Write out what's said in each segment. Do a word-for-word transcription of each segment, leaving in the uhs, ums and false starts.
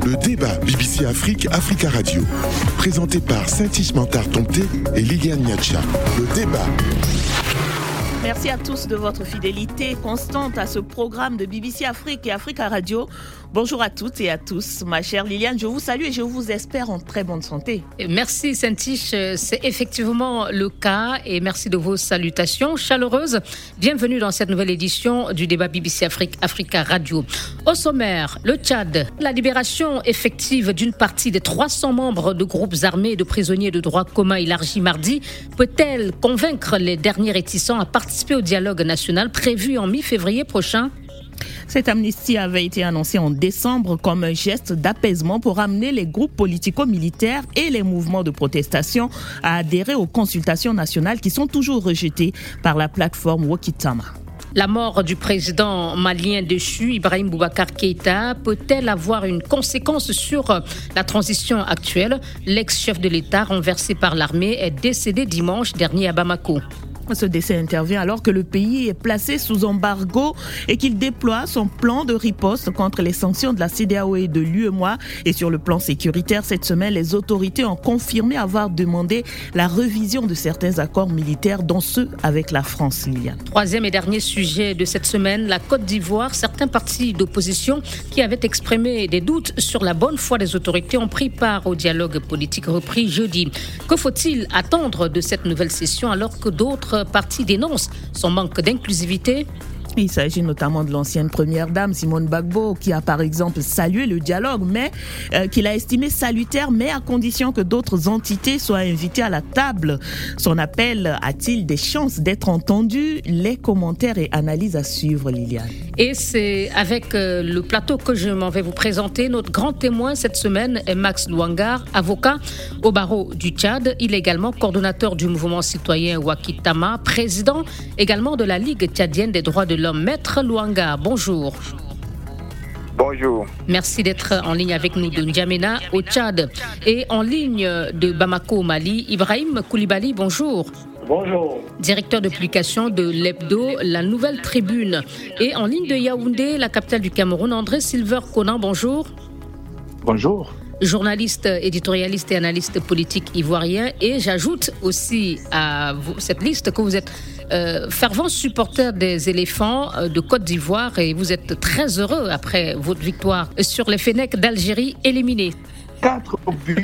Le débat B B C Afrique, Africa Radio. Présenté par Saint-Ish Mentard-Tomté et Liliane Niacha. Le débat. Merci à tous de votre fidélité constante à ce programme de B B C Afrique et Africa Radio. Bonjour à toutes et à tous. Ma chère Liliane, je vous salue et je vous espère en très bonne santé. Merci Saint-Ish, c'est effectivement le cas et merci de vos salutations chaleureuses. Bienvenue dans cette nouvelle édition du débat B B C Afrique, Africa Radio. Au sommaire, le Tchad, la libération effective d'une partie des trois cents membres de groupes armés et de prisonniers de droit commun élargis mardi peut-elle convaincre les derniers réticents à participer au dialogue national prévu en mi-février prochain ? Cette amnistie avait été annoncée en décembre comme un geste d'apaisement pour amener les groupes politico-militaires et les mouvements de protestation à adhérer aux consultations nationales qui sont toujours rejetées par la plateforme Wokitama. La mort du président malien déchu, Ibrahim Boubacar Keïta, peut-elle avoir une conséquence sur la transition actuelle ? L'ex-chef de l'État, renversé par l'armée, est décédé dimanche dernier à Bamako. Ce décès intervient alors que le pays est placé sous embargo et qu'il déploie son plan de riposte contre les sanctions de la C E D E A O et de l'U E M O A. Et sur le plan sécuritaire, cette semaine, les autorités ont confirmé avoir demandé la révision de certains accords militaires, dont ceux avec la France, Liliane. Troisième et dernier sujet de cette semaine, la Côte d'Ivoire. Certains partis d'opposition qui avaient exprimé des doutes sur la bonne foi des autorités ont pris part au dialogue politique repris jeudi. Que faut-il attendre de cette nouvelle session alors que d'autres parti dénonce son manque d'inclusivité? Il s'agit notamment de l'ancienne première dame Simone Gbagbo qui a par exemple salué le dialogue, mais euh, qu'il a estimé salutaire, mais à condition que d'autres entités soient invitées à la table. Son appel a-t-il des chances d'être entendu? Les commentaires et analyses à suivre, Liliane. Et c'est avec euh, le plateau que je m'en vais vous présenter. Notre grand témoin cette semaine est Max Louangar, avocat au barreau du Tchad. Il est également coordonnateur du mouvement citoyen Wokitama, président également de la Ligue tchadienne des droits de l'homme. Maître Louangar, bonjour. Bonjour. Merci d'être en ligne avec nous de N'Djamena au Tchad. Et en ligne de Bamako au Mali, Ibrahim Koulibaly, bonjour. Bonjour. Directeur de publication de l'hebdo La Nouvelle Tribune. Et en ligne de Yaoundé, la capitale du Cameroun, André Silver Conan, bonjour. Bonjour. Journaliste, éditorialiste et analyste politique ivoirien. Et j'ajoute aussi à vous, cette liste que vous êtes euh, fervent supporter des éléphants de Côte d'Ivoire et vous êtes très heureux après votre victoire sur les Fennecs d'Algérie éliminés. Quatre buts.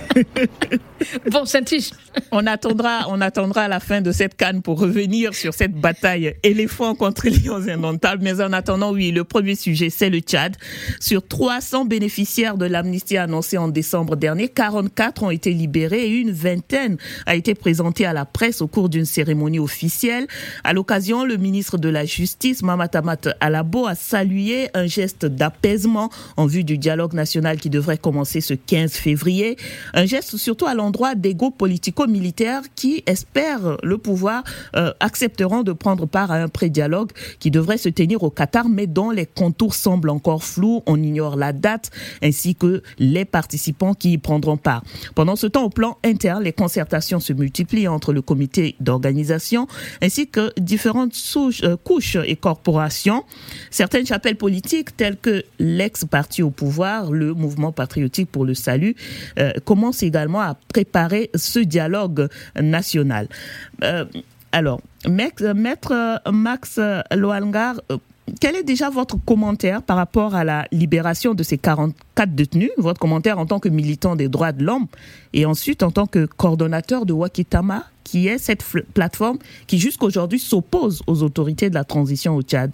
Bon, Saint-Ish. On attendra, on attendra la fin de cette CAN pour revenir sur cette bataille éléphant contre lions indomptables. Mais en attendant, oui, le premier sujet, c'est le Tchad. Sur trois cents bénéficiaires de l'amnistie annoncée en décembre dernier, quarante-quatre ont été libérés et une vingtaine a été présentée à la presse au cours d'une cérémonie officielle. À l'occasion, le ministre de la Justice, Mamatamat Alabo, a salué un geste d'apaisement en vue du dialogue national qui devrait commencer ce quinze février. Un geste surtout à l'endroit des groupes politico-militaires qui espèrent le pouvoir euh, accepteront de prendre part à un pré-dialogue qui devrait se tenir au Qatar, mais dont les contours semblent encore flous. On ignore la date ainsi que les participants qui y prendront part. Pendant ce temps, au plan interne, les concertations se multiplient entre le comité d'organisation ainsi que différentes souches, euh, couches et corporations. Certaines chapelles politiques telles que l'ex-parti au pouvoir, le mouvement patriotique pour le salut, euh, commencent également à préparer ce dialogue national. Euh, alors, Maître Max Louangar, euh, quel est déjà votre commentaire par rapport à la libération de ces quarante-quatre détenus, votre commentaire en tant que militant des droits de l'homme et ensuite en tant que coordonnateur de Wokitama, qui est cette f- plateforme qui jusqu'aujourd'hui s'oppose aux autorités de la transition au Tchad?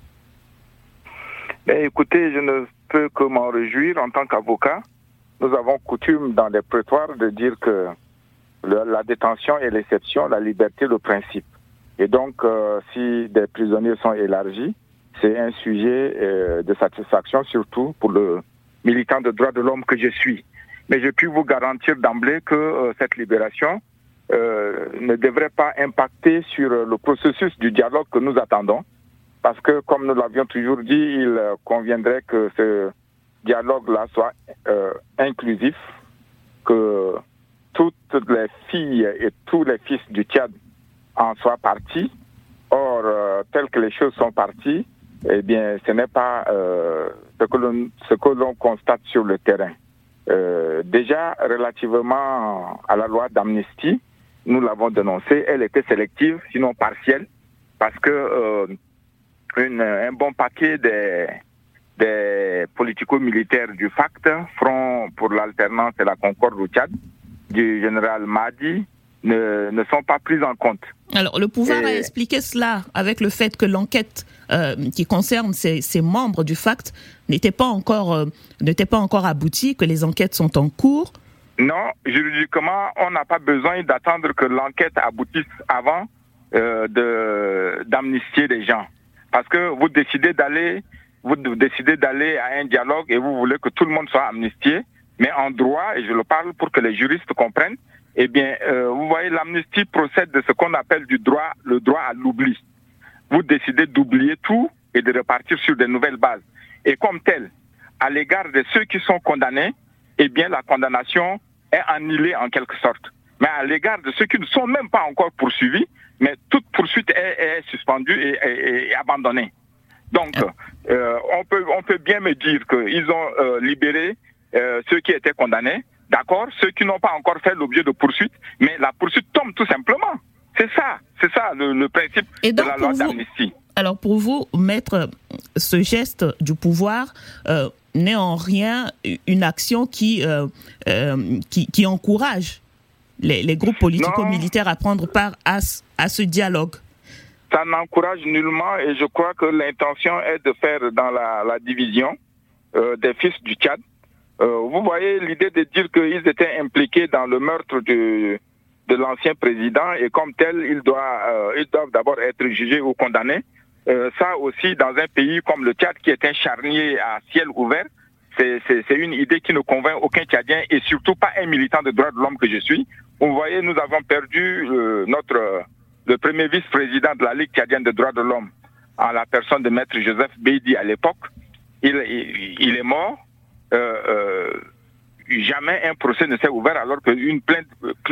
Ben, écoutez, je ne peux que m'en réjouir en tant qu'avocat. Nous avons coutume dans les prétoires de dire que le, la détention est l'exception, la liberté le principe. Et donc, euh, si des prisonniers sont élargis, c'est un sujet euh, de satisfaction, surtout pour le militant de droits de l'homme que je suis. Mais je puis vous garantir d'emblée que euh, cette libération euh, ne devrait pas impacter sur le processus du dialogue que nous attendons. Parce que, comme nous l'avions toujours dit, il conviendrait que ce dialogue-là soit euh, inclusif, que toutes les filles et tous les fils du Tchad en soient partis. Or, euh, telles que les choses sont parties, eh bien, ce n'est pas euh, ce que l'on, ce que l'on constate sur le terrain. Euh, déjà, relativement à la loi d'amnistie, nous l'avons dénoncée, elle était sélective, sinon partielle, parce que euh, une, un bon paquet des, des politico-militaires du F A C T, Front pour l'alternance et la concorde au Tchad, du général Mahdi, ne, ne sont pas prises en compte. Alors, le pouvoir et... a expliqué cela avec le fait que l'enquête euh, qui concerne ces, ces membres du F A C T n'était pas encore, euh, n'était pas encore aboutie, que les enquêtes sont en cours. Non, juridiquement, on n'a pas besoin d'attendre que l'enquête aboutisse avant euh, de, d'amnistier les gens. Parce que vous décidez d'aller, vous décidez d'aller à un dialogue et vous voulez que tout le monde soit amnistié, mais en droit, et je le parle pour que les juristes comprennent, eh bien, euh, vous voyez, l'amnistie procède de ce qu'on appelle du droit, le droit à l'oubli. Vous décidez d'oublier tout et de repartir sur de nouvelles bases. Et comme tel, à l'égard de ceux qui sont condamnés, eh bien, la condamnation est annulée en quelque sorte. Mais à l'égard de ceux qui ne sont même pas encore poursuivis, mais toute poursuite est, est suspendue et, et, et abandonnée. Donc, euh, on peut, on peut bien me dire qu'ils ont euh, libéré euh, ceux qui étaient condamnés, d'accord, ceux qui n'ont pas encore fait l'objet de poursuite, mais la poursuite tombe tout simplement. C'est ça, c'est ça le, le principe et donc, de la loi vous, d'amnistie. Alors pour vous, maître, ce geste du pouvoir euh, n'est en rien une action qui, euh, euh, qui, qui encourage les, les groupes politico-militaires à prendre part à, à ce dialogue. Ça n'encourage nullement et je crois que l'intention est de faire dans la, la division euh, des fils du Tchad. Euh, vous voyez l'idée de dire qu'ils étaient impliqués dans le meurtre de, de l'ancien président et comme tel, ils doivent, euh, ils doivent d'abord être jugés ou condamnés. Euh, ça aussi, dans un pays comme le Tchad qui est un charnier à ciel ouvert, c'est, c'est, c'est une idée qui ne convainc aucun Tchadien et surtout pas un militant de droits de l'homme que je suis. Vous voyez, nous avons perdu euh, notre euh, le premier vice-président de la Ligue tchadienne des droits de l'homme en la personne de maître Joseph Beydi à l'époque. Il, il, il est mort. Euh, euh, jamais un procès ne s'est ouvert alors qu'une plainte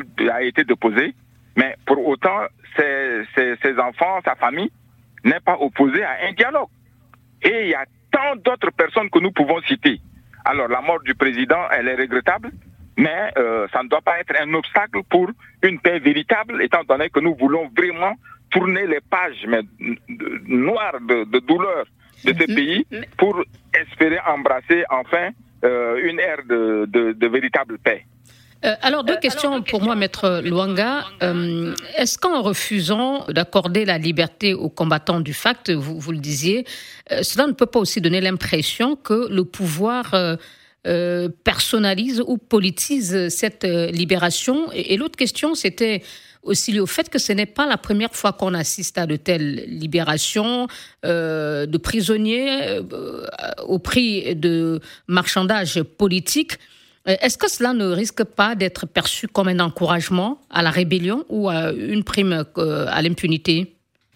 a été déposée. Mais pour autant, ses, ses, ses enfants, sa famille, n'est pas opposée à un dialogue. Et il y a tant d'autres personnes que nous pouvons citer. Alors la mort du président, elle est regrettable, mais euh, ça ne doit pas être un obstacle pour une paix véritable, étant donné que nous voulons vraiment tourner les pages mais, de, noires de, de douleur de ce pays pour espérer embrasser enfin euh, une ère de, de, de véritable paix. Euh, alors, deux euh, questions alors, deux pour questions. moi, Maître Luanga. Euh, est-ce qu'en refusant d'accorder la liberté aux combattants du F A C T, vous, vous le disiez, euh, cela ne peut pas aussi donner l'impression que le pouvoir euh, euh, personnalise ou politise cette euh, libération? Et, et l'autre question, c'était aussi lié au fait que ce n'est pas la première fois qu'on assiste à de telles libérations euh, de prisonniers euh, au prix de marchandage politique. Est-ce que cela ne risque pas d'être perçu comme un encouragement à la rébellion ou à une prime à l'impunité?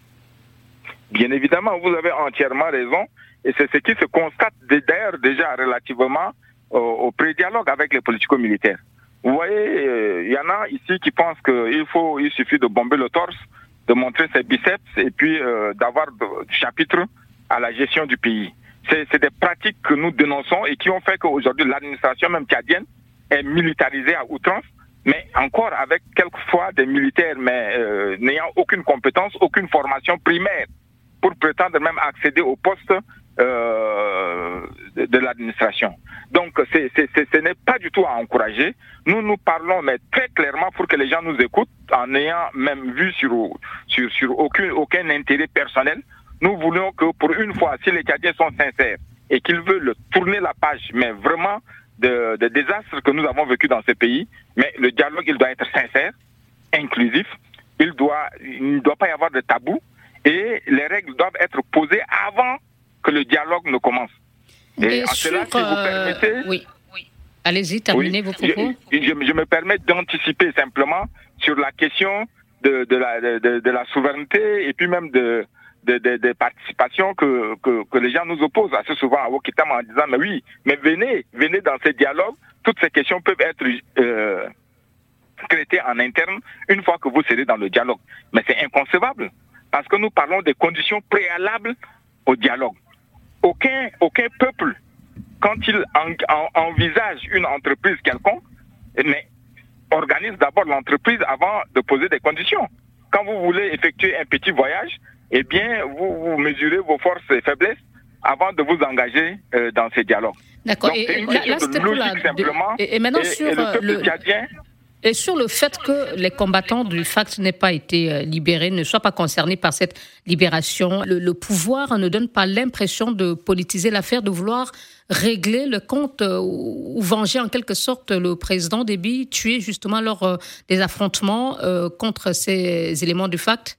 Bien évidemment, vous avez entièrement raison. Et c'est ce qui se constate d'ailleurs déjà relativement au, au pré-dialogue avec les politico-militaires. Vous voyez, il euh, y en a ici qui pensent qu'il faut, il suffit de bomber le torse, de montrer ses biceps et puis euh, d'avoir du chapitre à la gestion du pays. C'est, c'est des pratiques que nous dénonçons et qui ont fait qu'aujourd'hui l'administration même tchadienne est militarisée à outrance, mais encore avec quelquefois des militaires mais euh, n'ayant aucune compétence, aucune formation primaire pour prétendre même accéder au poste euh, de, de l'administration. Donc c'est, c'est, c'est, ce n'est pas du tout à encourager. Nous nous parlons mais très clairement pour que les gens nous écoutent en n'ayant même vu sur, sur, sur aucun, aucun intérêt personnel. Nous voulons que pour une fois, si les Tchadiens sont sincères et qu'ils veulent tourner la page, mais vraiment de, de désastres que nous avons vécu dans ce pays, mais le dialogue, il doit être sincère, inclusif, il doit, il ne doit pas y avoir de tabou et les règles doivent être posées avant que le dialogue ne commence. Et, et en sur, cela, si vous permettez... Euh, oui, oui. Allez-y, terminez oui, vos propos. Je, je, je me permets d'anticiper simplement sur la question de, de, la, de, de la souveraineté et puis même de... Des de, de participations que, que, que les gens nous opposent assez souvent à Wokitam en disant mais oui, mais venez, venez dans ces dialogues, toutes ces questions peuvent être euh, traitées en interne une fois que vous serez dans le dialogue. Mais c'est inconcevable, parce que nous parlons des conditions préalables au dialogue. aucun, aucun peuple, quand il en, en, envisage une entreprise quelconque, mais organise d'abord l'entreprise avant de poser des conditions. Quand vous voulez effectuer un petit voyage, eh bien, vous, vous mesurez vos forces et faiblesses avant de vous engager euh, dans ces dialogues. D'accord. Donc, et c'est une là, question là, de logique, de, simplement. Et, et maintenant, et, sur et le peuple le... tchadien... Et sur le fait que les combattants du FACT n'aient pas été libérés, ne soient pas concernés par cette libération, le, le pouvoir ne donne pas l'impression de politiser l'affaire, de vouloir régler le compte ou venger en quelque sorte le président Déby, tuer justement lors des affrontements euh, contre ces éléments du FACT?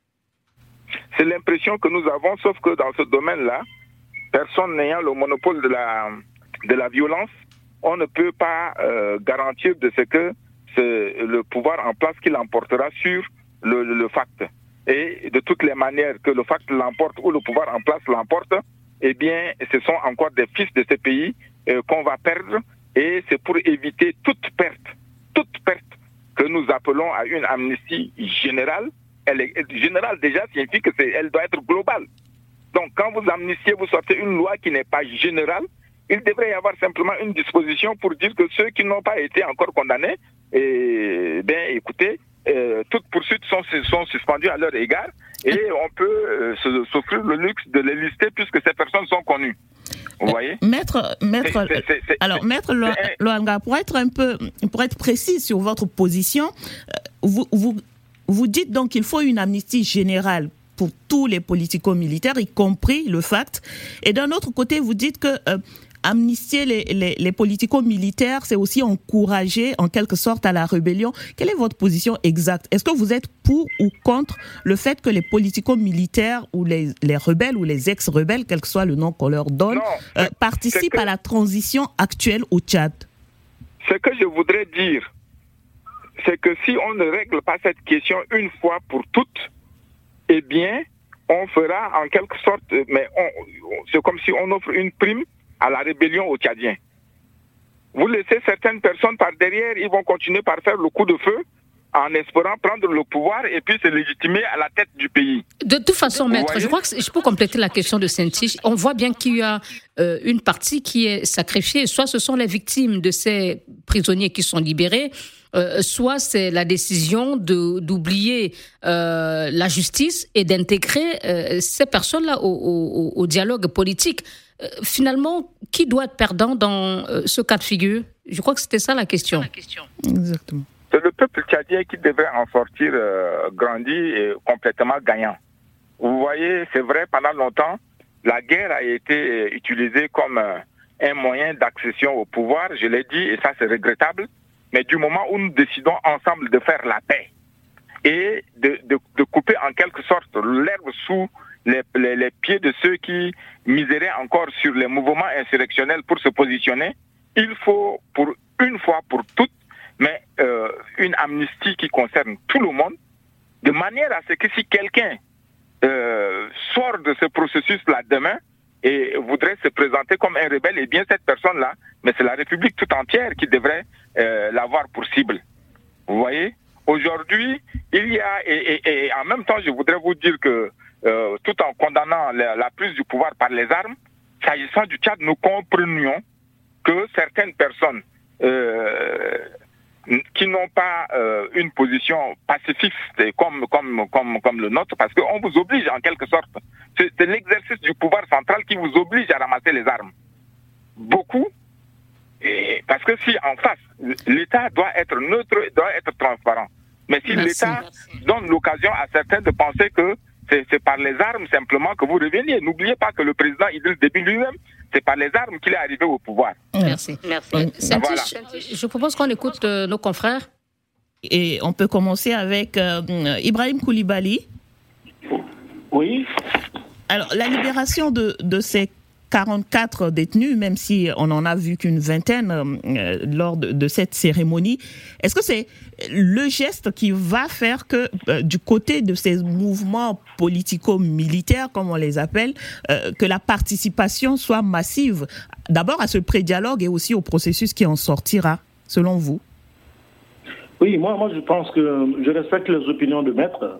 C'est l'impression que nous avons, sauf que dans ce domaine-là, personne n'ayant le monopole de la, de la violence, on ne peut pas euh, garantir de ce que c'est le pouvoir en place qui l'emportera sur le, le, le FACT. Et de toutes les manières que le FACT l'emporte ou le pouvoir en place l'emporte, eh bien, ce sont encore des fils de ces pays euh, qu'on va perdre. Et c'est pour éviter toute perte, toute perte, que nous appelons à une amnistie générale. Elle est générale déjà signifie que c'est, elle doit être globale. Donc, quand vous amnistiez, vous sortez une loi qui n'est pas générale. Il devrait y avoir simplement une disposition pour dire que ceux qui n'ont pas été encore condamnés, eh bien, écoutez, euh, toutes poursuites sont, sont suspendues à leur égard et on peut euh, s'offrir le luxe de les lister puisque ces personnes sont connues. Vous voyez ? Maître, maître, c'est, c'est, c'est, alors, maître Loanga, pour être un peu, pour être précis sur votre position, vous, vous, vous dites donc qu'il faut une amnistie générale pour tous les politico-militaires, y compris le FACT. Et d'un autre côté, vous dites que euh, amnistier les, les, les politico-militaires, c'est aussi encourager en quelque sorte à la rébellion. Quelle est votre position exacte ? Est-ce que vous êtes pour ou contre le fait que les politico-militaires ou les, les rebelles ou les ex-rebelles, quel que soit le nom qu'on leur donne, non, euh, participent que, à la transition actuelle au Tchad ? Ce que je voudrais dire, c'est que si on ne règle pas cette question une fois pour toutes, eh bien, on fera en quelque sorte, mais on, c'est comme si on offre une prime à la rébellion aux Tchadiens. Vous laissez certaines personnes par derrière, ils vont continuer par faire le coup de feu en espérant prendre le pouvoir et puis se légitimer à la tête du pays. De toute façon, maître, je crois que je peux compléter la question de Saint-Tige. On voit bien qu'il y a euh, une partie qui est sacrifiée. Soit ce sont les victimes de ces prisonniers qui sont libérés, euh, soit c'est la décision de, d'oublier euh, la justice et d'intégrer euh, ces personnes-là au, au, au dialogue politique. Euh, finalement, qui doit être perdant dans euh, ce cas de figure ? Je crois que c'était ça la question. La question. Exactement. C'est le peuple tchadien qui devrait en sortir euh, grandi et complètement gagnant. Vous voyez, c'est vrai, pendant longtemps, la guerre a été utilisée comme euh, un moyen d'accession au pouvoir, je l'ai dit, et ça c'est regrettable, mais du moment où nous décidons ensemble de faire la paix et de, de, de couper en quelque sorte l'herbe sous les, les, les pieds de ceux qui miseraient encore sur les mouvements insurrectionnels pour se positionner, il faut pour une fois pour toutes mais euh, une amnistie qui concerne tout le monde, de manière à ce que si quelqu'un euh, sort de ce processus-là demain et voudrait se présenter comme un rebelle, eh bien cette personne-là, mais c'est la République tout entière qui devrait euh, l'avoir pour cible. Vous voyez ? Aujourd'hui, il y a, et, et, et en même temps, je voudrais vous dire que euh, tout en condamnant la, la prise du pouvoir par les armes, s'agissant du Tchad, nous comprenions que certaines personnes euh, qui n'ont pas euh, une position pacifiste comme, comme, comme, comme le nôtre, parce qu'on vous oblige en quelque sorte. C'est, c'est l'exercice du pouvoir central qui vous oblige à ramasser les armes. Beaucoup, et parce que si en face, l'État doit être neutre, doit être transparent. Mais si Merci. l'État Merci. donne l'occasion à certains de penser que c'est, c'est par les armes simplement que vous reveniez. N'oubliez pas que le président Idriss Déby lui-même, c'est par les armes qu'il est arrivé au pouvoir. Merci. Merci. Saint-Tige, voilà. Je propose qu'on écoute euh, nos confrères. Et on peut commencer avec euh, Ibrahim Koulibaly. Oui. Alors, la libération de, de ces quarante-quatre détenus, même si on n'en a vu qu'une vingtaine euh, lors de, de cette cérémonie, est-ce que c'est le geste qui va faire que euh, du côté de ces mouvements politico-militaires, comme on les appelle, euh, que la participation soit massive, d'abord à ce pré-dialogue et aussi au processus qui en sortira, selon vous? Oui, moi, moi je pense que je respecte les opinions de maître.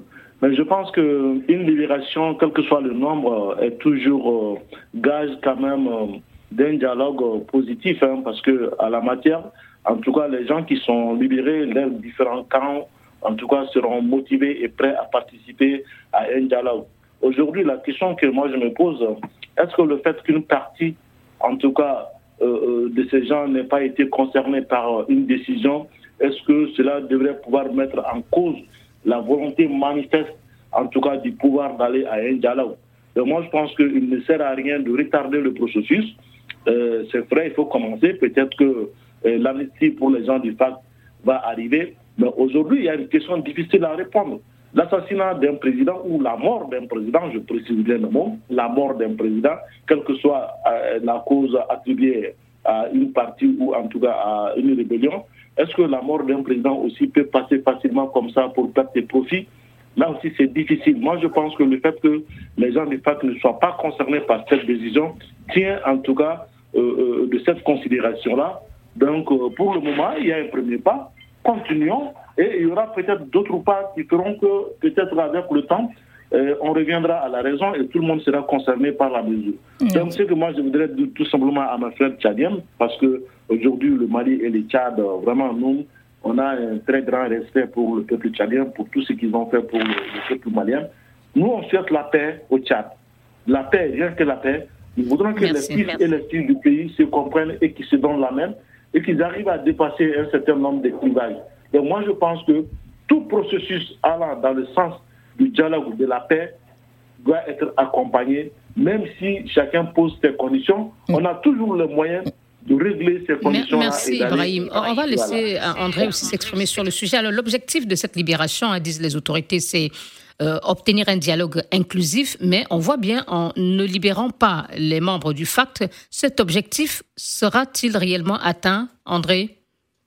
Mais je pense qu'une libération, quel que soit le nombre, est toujours euh, gage quand même euh, d'un dialogue euh, positif, hein, parce que à la matière, en tout cas, les gens qui sont libérés, leurs différents camps, en tout cas, seront motivés et prêts à participer à un dialogue. Aujourd'hui, la question que moi je me pose, est-ce que le fait qu'une partie, en tout cas, euh, de ces gens n'ait pas été concernée par une décision, est-ce que cela devrait pouvoir mettre en cause la volonté manifeste, en tout cas, du pouvoir d'aller à un dialogue? Donc moi, je pense qu'il ne sert à rien de retarder le processus. Euh, c'est vrai, il faut commencer. Peut-être que euh, l'amnistie pour les gens du F A C va arriver. Mais aujourd'hui, il y a une question difficile à répondre. L'assassinat d'un président ou la mort d'un président, je précise bien le mot, la mort d'un président, quelle que soit euh, la cause attribuée à une partie ou en tout cas à une rébellion, est-ce que la mort d'un président aussi peut passer facilement comme ça pour perdre des profits? Là aussi, c'est difficile. Moi, je pense que le fait que les gens du F A C ne soient pas concernés par cette décision tient en tout cas euh, euh, de cette considération-là. Donc, euh, pour le moment, il y a un premier pas. Continuons. Et il y aura peut-être d'autres pas qui feront que, peut-être avec le temps, euh, on reviendra à la raison et tout le monde sera concerné par la mesure. Mmh. Donc, ce que moi, je voudrais dire tout simplement à ma frère tchadienne, parce que aujourd'hui, le Mali et le Tchad, vraiment, nous, on a un très grand respect pour le peuple tchadien, pour tout ce qu'ils ont fait pour le, le peuple malien. Nous, on souhaite la paix au Tchad. La paix, rien que la paix. Nous voudrons que merci, les fils merci. et les filles du pays se comprennent et qu'ils se donnent la main et qu'ils arrivent à dépasser un certain nombre de clivages. Donc moi, je pense que tout processus allant dans le sens du dialogue, de la paix, doit être accompagné, même si chacun pose ses conditions. Mm. On a toujours le moyen de régler ces conditions. Merci Ibrahim. On va laisser voilà. André aussi s'exprimer sur le sujet. Alors, l'objectif de cette libération, hein, disent les autorités, c'est euh, obtenir un dialogue inclusif, mais on voit bien, en ne libérant pas les membres du F A C, cet objectif sera-t-il réellement atteint, André ?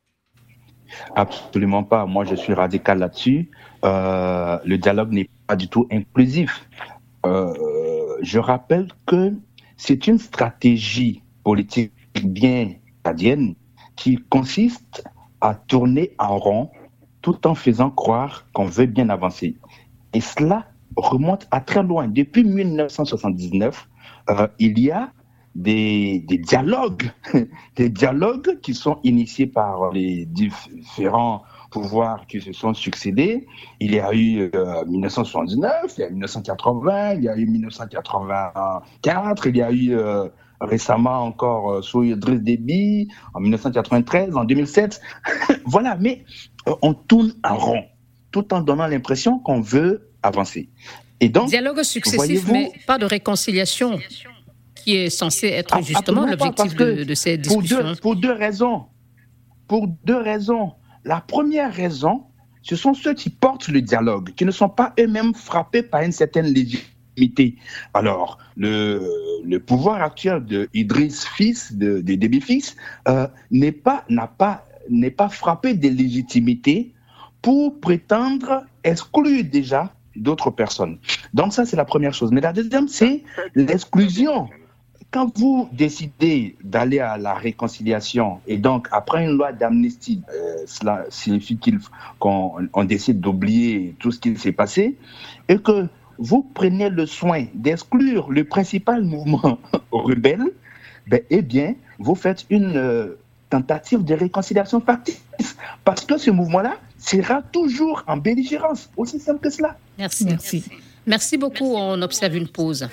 Absolument pas. Moi, je suis radical là-dessus. Euh, le dialogue n'est pas du tout inclusif. Euh, je rappelle que c'est une stratégie politique bien tchadienne qui consiste à tourner en rond tout en faisant croire qu'on veut bien avancer. Et cela remonte à très loin. Depuis dix-neuf cent soixante-dix-neuf, euh, il y a Des, des dialogues, des dialogues qui sont initiés par les différents pouvoirs qui se sont succédés. Il y a eu euh, dix-neuf cent soixante-dix-neuf, il y a eu dix-neuf cent quatre-vingts, il y a eu dix-neuf cent quatre-vingt-quatre, il y a eu euh, récemment encore euh, sous Idriss Déby, en dix-neuf cent quatre-vingt-treize, en deux mille sept. Voilà, mais euh, on tourne en rond, tout en donnant l'impression qu'on veut avancer. Et donc, dialogue successif, mais pas de réconciliation, qui est censé être ah, justement l'objectif de, de ces discussions. Pour deux, pour deux raisons. Pour deux raisons. La première raison, ce sont ceux qui portent le dialogue, qui ne sont pas eux-mêmes frappés par une certaine légitimité. Alors, le, le pouvoir actuel de Idriss fils, de, de Déby fils, euh, n'est pas, n'a pas, n'est pas frappé de légitimité pour prétendre exclure déjà d'autres personnes. Donc ça, c'est la première chose. Mais la deuxième, c'est l'exclusion. Quand vous décidez d'aller à la réconciliation et donc après une loi d'amnistie, euh, cela signifie qu'il, qu'on on décide d'oublier tout ce qui s'est passé et que vous prenez le soin d'exclure le principal mouvement rebelle, ben, eh bien, vous faites une euh, tentative de réconciliation factice parce que ce mouvement-là sera toujours en belligérance. Aussi simple que cela. Merci. Merci. Merci beaucoup. On observe une pause.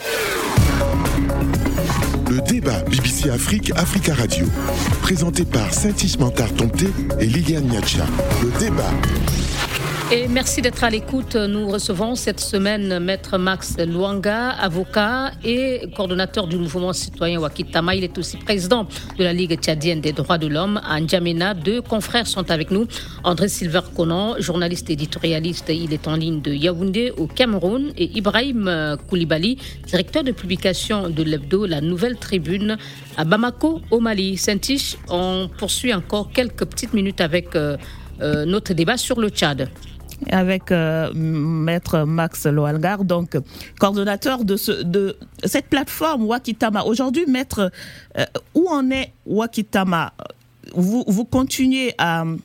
Le débat B B C Afrique, Africa Radio, présenté par Saint-Ismantar Tomté et Liliane Niacha. Le débat. Et merci d'être à l'écoute. Nous recevons cette semaine Maître Max Luanga, avocat et coordonnateur du mouvement citoyen Wakitama. Il est aussi président de la Ligue tchadienne des droits de l'homme à N'Djamena. Deux confrères sont avec nous. André Silver Conan, journaliste éditorialiste, il est en ligne de Yaoundé au Cameroun. Et Ibrahim Koulibaly, directeur de publication de l'hebdo La Nouvelle Tribune à Bamako au Mali. Saint-Tiche, on poursuit encore quelques petites minutes avec euh, euh, notre débat sur le Tchad. Avec euh, Maître Max Luanga, donc coordonnateur de, ce, de cette plateforme Wakitama. Aujourd'hui, Maître, euh, où en est Wakitama ? vous, vous continuez à, à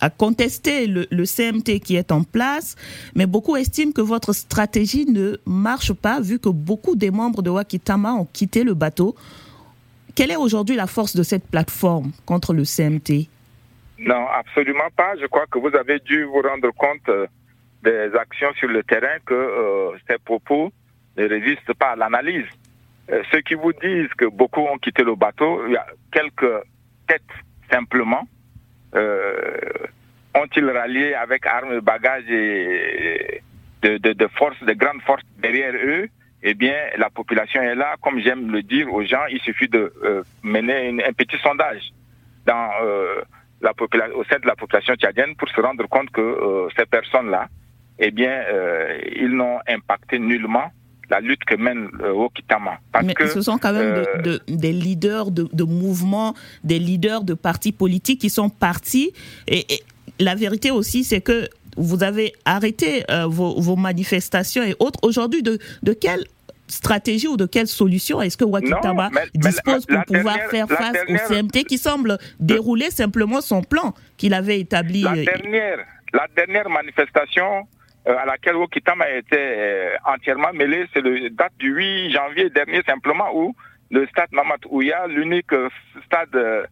à contester le, le C M T qui est en place, mais beaucoup estiment que votre stratégie ne marche pas vu que beaucoup des membres de Wakitama ont quitté le bateau. Quelle est aujourd'hui la force de cette plateforme contre le C M T? Non, absolument pas. Je crois que vous avez dû vous rendre compte euh, des actions sur le terrain, que euh, ces propos ne résistent pas à l'analyse. Euh, ceux qui vous disent que beaucoup ont quitté le bateau, il y a quelques têtes simplement. Euh, ont-ils rallié avec armes et bagages et de, de, de forces, de grandes forces derrière eux? Eh bien, la population est là. Comme j'aime le dire aux gens, il suffit de euh, mener une, un petit sondage dans, euh, la popula- au sein de la population tchadienne pour se rendre compte que euh, ces personnes-là, eh bien, euh, ils n'ont impacté nullement la lutte que mène euh, Wakitama. Mais que, ce sont quand même euh, de, de, des leaders de, de mouvements, des leaders de partis politiques qui sont partis. Et, et la vérité aussi, c'est que vous avez arrêté euh, vos, vos manifestations et autres. Aujourd'hui, de, de quelle stratégie ou de quelle solution est-ce que Wakitama non, mais, dispose mais la, la, pour la pouvoir dernière, faire face dernière, au C M T qui semble dérouler simplement son plan qu'il avait établi? La dernière, la dernière manifestation à laquelle Wakitama était euh, entièrement mêlé, c'est le date du huit janvier dernier simplement, où le stade Mamad Ouya, l'unique stade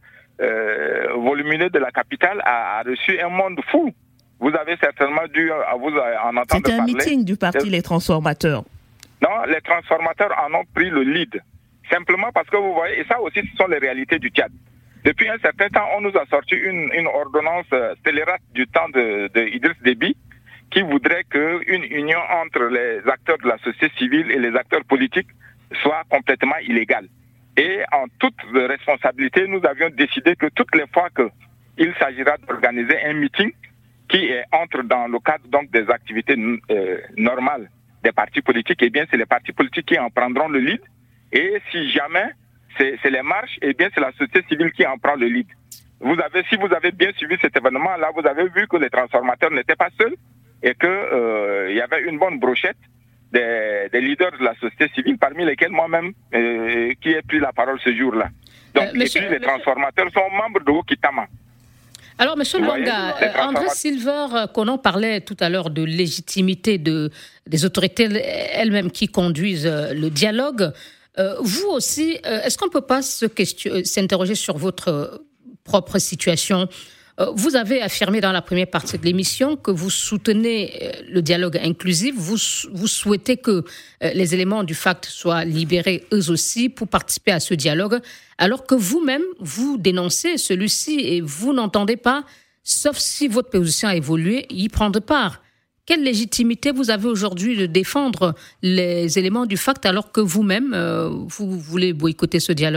euh, volumineux de la capitale, a, a reçu un monde fou. Vous avez certainement dû à vous en entendre parler. C'était un meeting du parti Les Transformateurs. Non, les transformateurs en ont pris le lead. Simplement parce que vous voyez, et ça aussi ce sont les réalités du Tchad. Depuis un certain temps, on nous a sorti une, une ordonnance scélérate du temps de, de Idriss Déby, qui voudrait qu'une union entre les acteurs de la société civile et les acteurs politiques soit complètement illégale. Et en toute responsabilité, nous avions décidé que toutes les fois qu'il s'agira d'organiser un meeting qui entre dans le cadre donc des activités euh, normales des partis politiques, eh bien c'est les partis politiques qui en prendront le lead. Et si jamais c'est, c'est les marches, eh bien c'est la société civile qui en prend le lead. Vous avez, si vous avez bien suivi cet événement-là, vous avez vu que les transformateurs n'étaient pas seuls, et qu'il euh, y avait une bonne brochette des, des leaders de la société civile, parmi lesquels moi-même, euh, qui ai pris la parole ce jour-là. Donc, euh, monsieur, et puis les monsieur... transformateurs sont membres de Wakitama. Alors, M. Lwanga, euh, André Silver, qu'on en parlait tout à l'heure de légitimité de, des autorités elles-mêmes qui conduisent le dialogue. Euh, vous aussi, euh, est-ce qu'on ne peut pas se question, s'interroger sur votre propre situation ? Vous avez affirmé dans la première partie de l'émission que vous soutenez le dialogue inclusif, vous, vous souhaitez que les éléments du F A C T soient libérés eux aussi pour participer à ce dialogue, alors que vous-même, vous dénoncez celui-ci et vous n'entendez pas, sauf si votre position a évolué, y prendre part. Quelle légitimité vous avez aujourd'hui de défendre les éléments du F A C T alors que vous-même, euh, vous voulez boycotter ce dialogue ?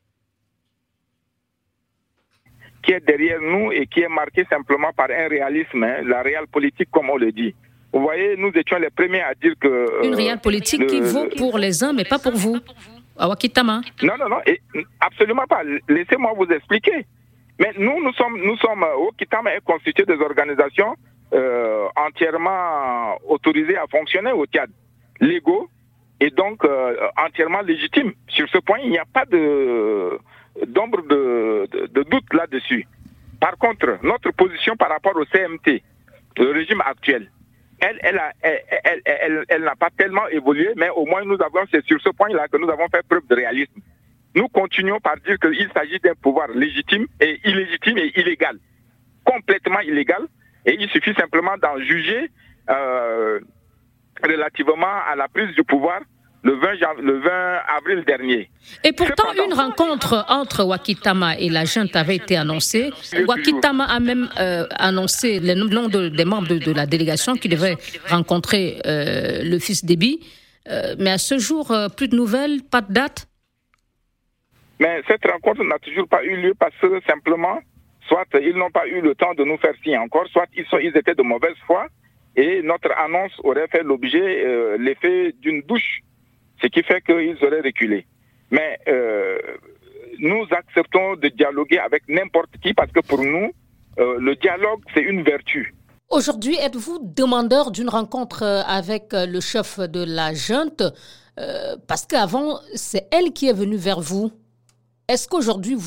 Qui est derrière nous et qui est marqué simplement par un réalisme, hein, la réelle politique comme on le dit. Vous voyez, nous étions les premiers à dire que... Euh, Une réelle politique le, qui vaut pour les uns, mais pas pour vous, à Wakitama. Non, non, non, et, absolument pas. Laissez-moi vous expliquer. Mais nous, nous sommes, nous sommes, Wakitama est constitué des organisations euh, entièrement autorisées à fonctionner au Tchad, légaux et donc euh, entièrement légitimes. Sur ce point, il n'y a pas de... d'ombre de, de, de doute là-dessus. Par contre, notre position par rapport au C M T, le régime actuel, elle, elle, a, elle, elle, elle, elle n'a pas tellement évolué, mais au moins nous avons, c'est sur ce point-là que nous avons fait preuve de réalisme. Nous continuons par dire qu'il s'agit d'un pouvoir légitime et illégitime et illégal, complètement illégal, et il suffit simplement d'en juger euh, relativement à la prise du pouvoir Le vingt, le vingt avril dernier. Et pourtant, Cependant, une rencontre entre Wakitama et la junte avait été annoncée. Wakitama a même euh, annoncé le nom de, des membres de, de la délégation qui devaient rencontrer euh, le fils Déby. Euh, mais à ce jour, euh, plus de nouvelles, pas de date. Mais cette rencontre n'a toujours pas eu lieu parce que simplement, soit ils n'ont pas eu le temps de nous faire signe encore, soit ils, sont, ils étaient de mauvaise foi et notre annonce aurait fait l'objet, euh, l'effet d'une douche. Ce qui fait qu'ils auraient reculé. Mais euh, nous acceptons de dialoguer avec n'importe qui parce que pour nous, euh, le dialogue, c'est une vertu. Aujourd'hui, êtes-vous demandeur d'une rencontre avec le chef de la junte euh, parce qu'avant, c'est elle qui est venue vers vous. Est-ce qu'aujourd'hui, vous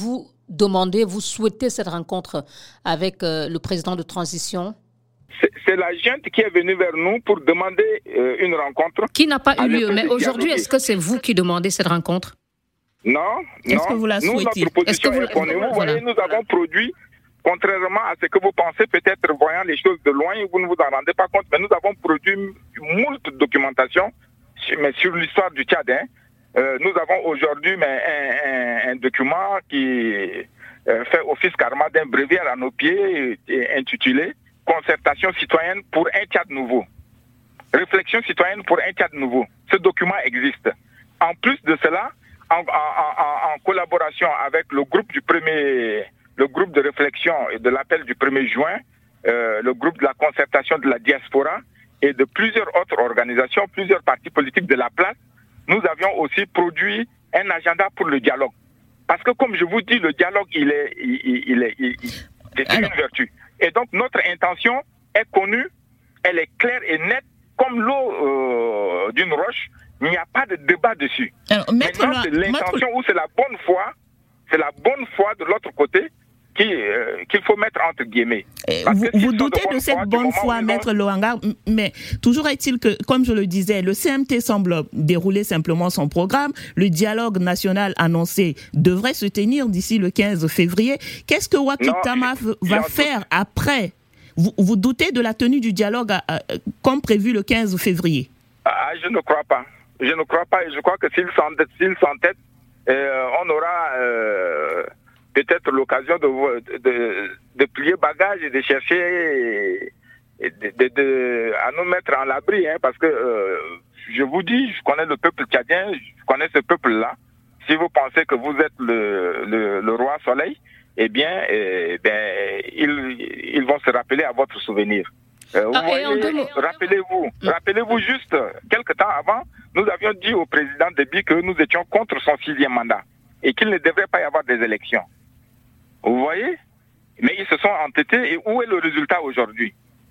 demandé, vous souhaitez cette rencontre avec euh, le président de transition? C'est, c'est la junte qui est venue vers nous pour demander euh, une rencontre. Qui n'a pas eu lieu, mais aujourd'hui, est-ce que c'est vous qui demandez cette rencontre? Non, est-ce non. que vous la nous, souhaitez? notre position vous, est connue. Vous voilà. voyez, nous avons produit, contrairement à ce que vous pensez, peut-être voyant les choses de loin, vous ne vous en rendez pas compte, mais nous avons produit moult documentation, mais sur l'histoire du Tchad. Hein. Euh, nous avons aujourd'hui mais, un, un, un document qui euh, fait office carrément d'un bréviaire à nos pieds, et, intitulé Concertation citoyenne pour un Tchad nouveau. Réflexion citoyenne pour un Tchad nouveau. Ce document existe. En plus de cela, en, en, en, en collaboration avec le groupe du premier, le groupe de réflexion et de l'appel du premier juin, euh, le groupe de la concertation de la diaspora et de plusieurs autres organisations, plusieurs partis politiques de la place, nous avions aussi produit un agenda pour le dialogue. Parce que comme je vous dis, le dialogue, il est, il, il est, il, il, c'est une vertu. Et donc notre intention est connue, elle est claire et nette, comme l'eau euh, d'une roche. Il n'y a pas de débat dessus. Alors, Maintenant, c'est l'intention ou c'est la bonne foi, c'est la bonne foi de l'autre côté qui, euh, qu'il faut mettre entre guillemets. Vous, vous doutez de, de cette foi, bonne foi, Maître Lohanga, mais toujours est-il que, comme je le disais, le C M T semble dérouler simplement son programme. Le dialogue national annoncé devrait se tenir d'ici le quinze février. Qu'est-ce que Wakitama va faire doute. après? vous, vous doutez de la tenue du dialogue à, à, comme prévu le quinze février? Ah, je ne crois pas. Je ne crois pas et je crois que s'il s'entête, s'il s'entête euh, on aura euh, peut-être l'occasion de, de, de plier bagages et de chercher et de, de, de, à nous mettre en l'abri. Hein, parce que euh, je vous dis, je connais le peuple tchadien, je connais ce peuple-là. Si vous pensez que vous êtes le, le, le roi soleil, eh bien, eh bien ils, ils vont se rappeler à votre souvenir. Euh, vous ah, voyez, rappelez-vous, mmh. rappelez-vous juste, quelque temps avant, nous avions dit au président Déby que nous étions contre son sixième mandat et qu'il ne devrait pas y avoir des élections. Vous voyez? Mais ils se sont entêtés et où est le résultat aujourd'hui?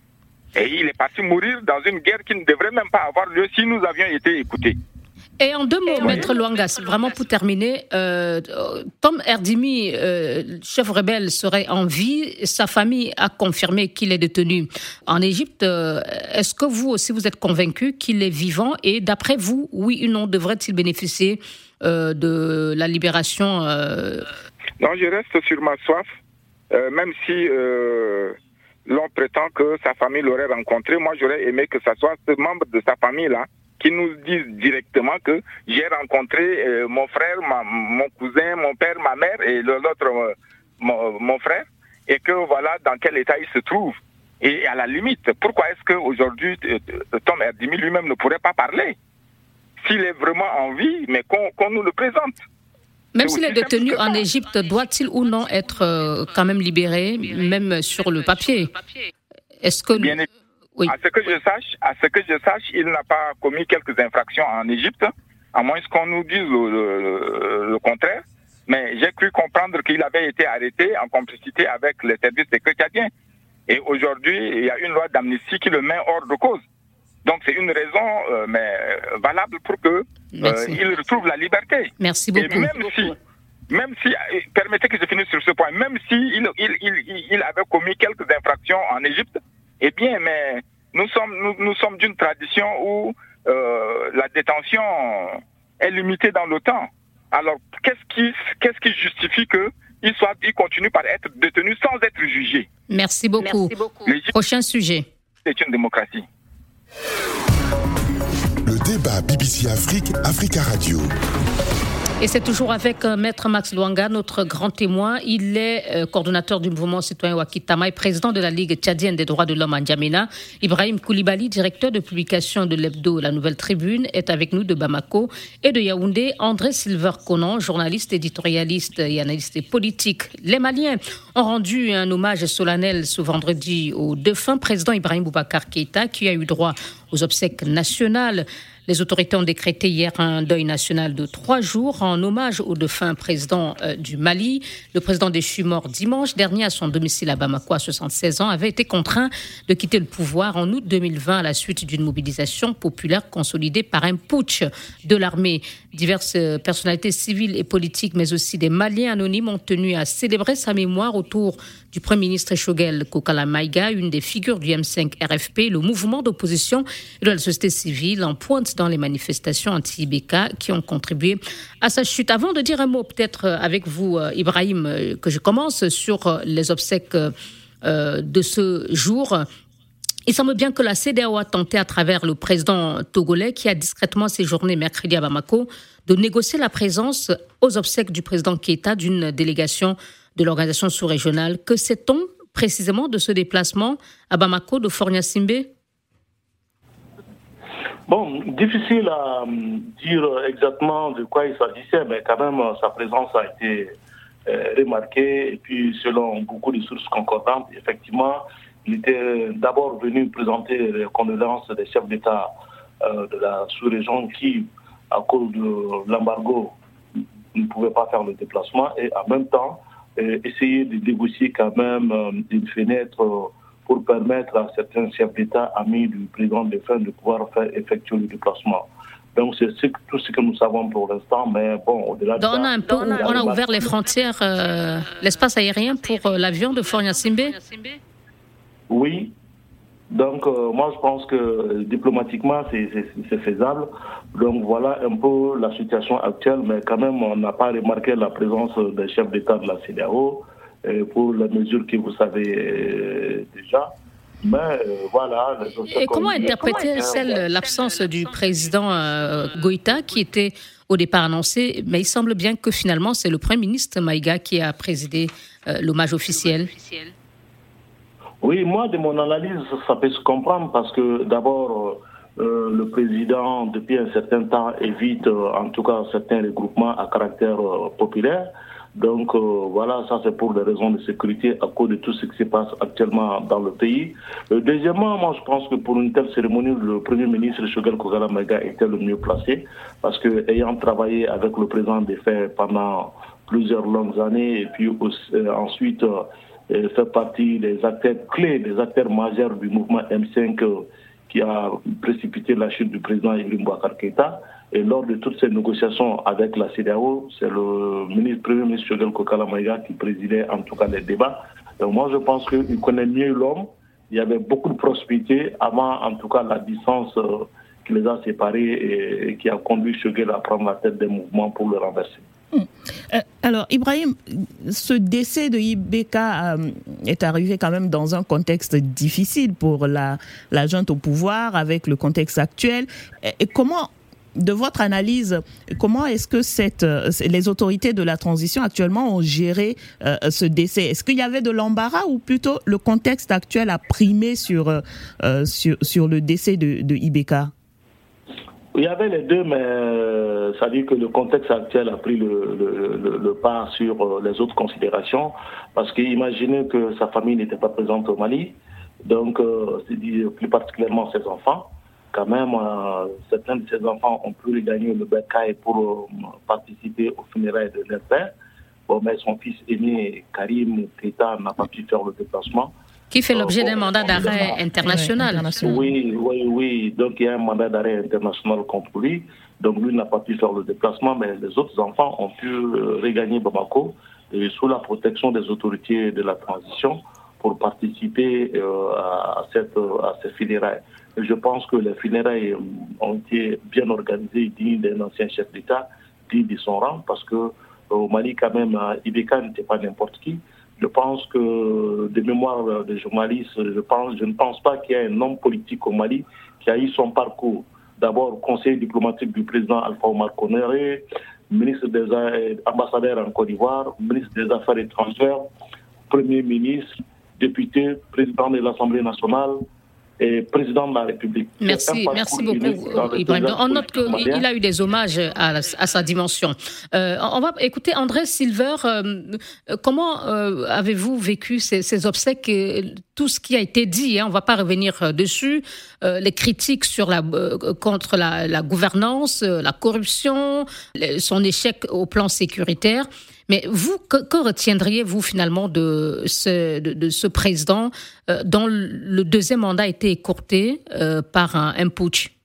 Et il est parti mourir dans une guerre qui ne devrait même pas avoir lieu si nous avions été écoutés. Et en deux mots, Maître Louangas, vraiment pour terminer, euh, Tom Erdimi, euh, chef rebelle, serait en vie. Sa famille a confirmé qu'il est détenu en Égypte. Euh, est-ce que vous aussi, vous êtes convaincu qu'il est vivant? Et d'après vous, oui ou non, devrait-il bénéficier euh, de la libération euh... Non, je reste sur ma soif, euh, même si euh, l'on prétend que sa famille l'aurait rencontré. Moi, j'aurais aimé que ce soit ce membre de sa famille-là qui nous disent directement que j'ai rencontré euh, mon frère, ma, mon cousin, mon père, ma mère et l'autre, euh, mon, mon frère, et que voilà dans quel état il se trouve. Et à la limite, pourquoi est-ce qu'aujourd'hui, euh, Tom Erdimi lui-même ne pourrait pas parler? S'il est vraiment en vie, mais qu'on, qu'on nous le présente. Même s'il est détenu en Égypte, doit-il ou non être euh, quand même libéré, même sur le papier? Est-ce que... Bien Oui. À ce que je sache, à ce que je sache, il n'a pas commis quelques infractions en Égypte, à moins qu'on nous dise le, le, le contraire. Mais j'ai cru comprendre qu'il avait été arrêté en complicité avec les services secrets tchadiens. Et aujourd'hui, il y a une loi d'amnistie qui le met hors de cause. Donc c'est une raison euh, mais valable pour que euh, il retrouve la liberté. Merci beaucoup. Et même si, même si, permettez que je finisse sur ce point, même si il, il, il, il avait commis quelques infractions en Égypte. Eh bien, mais nous sommes, nous, nous sommes d'une tradition où euh, la détention est limitée dans le temps. Alors, qu'est-ce qui, qu'est-ce qui justifie qu'il soit, il continue par être détenu sans être jugé? Merci beaucoup. Merci beaucoup. L'Égypte, prochain sujet. C'est une démocratie. Le débat B B C Afrique, Africa Radio. Et c'est toujours avec euh, Maître Max Louanga, notre grand témoin. Il est euh, coordonnateur du mouvement citoyen Wakitama et président de la Ligue tchadienne des droits de l'homme en N'Djamena. Ibrahim Koulibaly, directeur de publication de l'hebdo La Nouvelle Tribune, est avec nous de Bamako et de Yaoundé. André Silver-Conan, journaliste, éditorialiste et analyste politique. Les Maliens ont rendu un hommage solennel ce vendredi au défunt président Ibrahim Boubacar Keïta, qui a eu droit aux obsèques nationales. Les autorités ont décrété hier un deuil national de trois jours en hommage au défunt président euh, du Mali. Le président déchu mort dimanche dernier à son domicile à Bamako à soixante-seize ans avait été contraint de quitter le pouvoir en août deux mille vingt à la suite d'une mobilisation populaire consolidée par un putsch de l'armée. Diverses personnalités civiles et politiques, mais aussi des Maliens anonymes, ont tenu à célébrer sa mémoire autour du Premier ministre Choguel Kokala Maïga, une des figures du M cinq R F P, le mouvement d'opposition et de la société civile en pointe dans les manifestations anti-I B K qui ont contribué à sa chute. Avant de dire un mot peut-être avec vous, Ibrahim, que je commence sur les obsèques de ce jour. Il semble bien que la C E D E A O a tenté à travers le président togolais qui a discrètement séjourné mercredi à Bamako de négocier la présence aux obsèques du président Keïta d'une délégation de l'organisation sous-régionale. Que sait-on précisément de ce déplacement à Bamako de Fornia Simbe ? Bon, difficile à dire exactement de quoi il s'agissait, mais quand même sa présence a été euh, remarquée et puis selon beaucoup de sources concordantes, effectivement, il était d'abord venu présenter les condoléances des chefs d'État euh, de la sous-région qui, à cause de l'embargo, ne pouvaient pas faire le déplacement et en même temps euh, essayer de négocier quand même euh, une fenêtre euh, pour permettre à certains chefs d'État amis du président défunt de pouvoir faire effectuer le déplacement. Donc c'est ce, tout ce que nous savons pour l'instant, mais bon, au-delà de ça... On a, un peu, on a, on a ouvert les frontières, euh, l'espace aérien pour euh, l'avion de Fornia Simbe ? Oui, donc euh, moi je pense que euh, diplomatiquement c'est, c'est, c'est faisable. Donc voilà un peu la situation actuelle, mais quand même on n'a pas remarqué la présence des chefs d'État de la C E D E A O euh, pour les mesures que vous savez euh, déjà. Mais euh, voilà. Et comment interpréter celle, l'absence du président euh, Goïta qui était au départ annoncé, mais il semble bien que finalement c'est le Premier ministre Maïga qui a présidé euh, l'hommage officiel. Oui, moi, de mon analyse, ça peut se comprendre parce que d'abord, euh, le président, depuis un certain temps, évite euh, en tout cas certains regroupements à caractère euh, populaire. Donc euh, voilà, ça c'est pour des raisons de sécurité à cause de tout ce qui se passe actuellement dans le pays. Euh, deuxièmement, moi je pense que pour une telle cérémonie, le Premier ministre Choguel Kokala Maïga était le mieux placé parce que ayant travaillé avec le président défunt pendant plusieurs longues années et puis aussi, euh, ensuite... Euh, Et fait partie des acteurs clés, des acteurs majeurs du mouvement M cinq euh, qui a précipité la chute du président Ibrahim Boubacar Keïta. Et lors de toutes ces négociations avec la C E D E A O, c'est le ministre, Premier ministre Choguel Kokala Maïga qui présidait en tout cas les débats. Donc moi je pense qu'il connaît mieux l'homme. Il y avait beaucoup de prospérité avant en tout cas la distance euh, qui les a séparés et, et qui a conduit Choguel à prendre la tête des mouvements pour le renverser. Euh, alors, Ibrahim, ce décès de I B K euh, est arrivé quand même dans un contexte difficile pour la, la junte au pouvoir, avec le contexte actuel. Et, et comment, de votre analyse, comment est-ce que cette, les autorités de la transition actuellement ont géré euh, ce décès ? Est-ce qu'il y avait de l'embarras ou plutôt le contexte actuel a primé sur, euh, sur, sur le décès de, de I B K ? Il y avait les deux, mais euh, ça dit que le contexte actuel a pris le, le, le, le pas sur euh, les autres considérations, parce qu'imaginez que sa famille n'était pas présente au Mali, donc euh, c'est dit plus particulièrement ses enfants. Quand même, euh, certains de ses enfants ont pu regagner le bercail pour euh, participer aux funérailles de leur père. Bon, mais son fils aîné, Karim Keïta, n'a pas pu faire le déplacement. Qui fait l'objet d'un mandat d'arrêt international. Oui, oui, oui. Donc il y a un mandat d'arrêt international contre lui. Donc lui n'a pas pu faire le déplacement, mais les autres enfants ont pu regagner Bamako et sous la protection des autorités de la transition pour participer à, cette, à ces funérailles. Et je pense que les funérailles ont été bien organisées, dignes d'un ancien chef d'État, digne de son rang, parce que au Mali, quand même, I B K n'était pas n'importe qui. Je pense que, de mémoire de journalistes, je, pense, je ne pense pas qu'il y ait un homme politique au Mali qui a eu son parcours. D'abord, conseiller diplomatique du président Alpha Omar Konaré, ministre des ambassadeurs en Côte d'Ivoire, ministre des Affaires étrangères, premier ministre, député, président de l'Assemblée nationale, et président de la République. Merci, merci beaucoup, Ibrahim. On note qu'il a eu des hommages à, à sa dimension. Euh, on va écouter André Silver. Euh, comment euh, avez-vous vécu ces, ces obsèques, tout ce qui a été dit, hein, on ne va pas revenir dessus, euh, les critiques sur la, euh, contre la, la gouvernance, la corruption, son échec au plan sécuritaire. Mais vous, que, que retiendriez-vous finalement de ce, de, de ce président euh, dont le deuxième mandat a été écourté euh, par un, un putsch?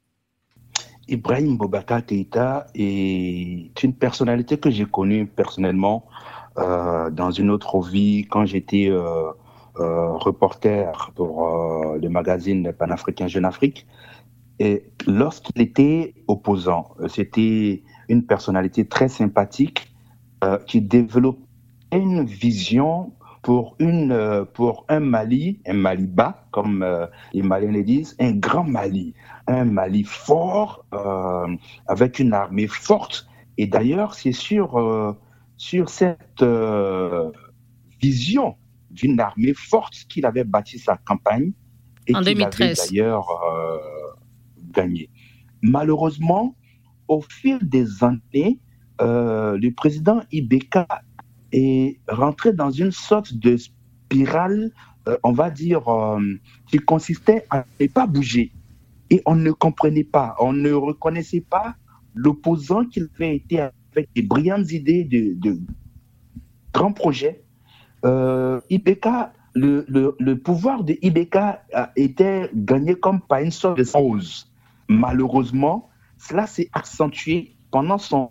Ibrahim Boubacar Keïta est une personnalité que j'ai connue personnellement euh, dans une autre vie quand j'étais euh, euh, reporter pour euh, le magazine panafricain Jeune Afrique. Et lorsqu'il était opposant, c'était une personnalité très sympathique Euh, qui développait une vision pour, une, euh, pour un Mali, un Mali bas, comme euh, les Maliens le disent, un grand Mali, un Mali fort, euh, avec une armée forte. Et d'ailleurs, c'est sur, euh, sur cette euh, vision d'une armée forte qu'il avait bâti sa campagne et en qu'il deux mille treize. avait d'ailleurs euh, gagné. Malheureusement, au fil des années, Euh, le président Ibeka est rentré dans une sorte de spirale, euh, on va dire, euh, qui consistait à ne pas bouger. Et on ne comprenait pas, on ne reconnaissait pas l'opposant qu'il avait été avec des brillantes idées de, de grands projets. Euh, Ibeka, le, le, le pouvoir de Ibeka était gagné comme par une sorte de rose. Malheureusement, cela s'est accentué pendant son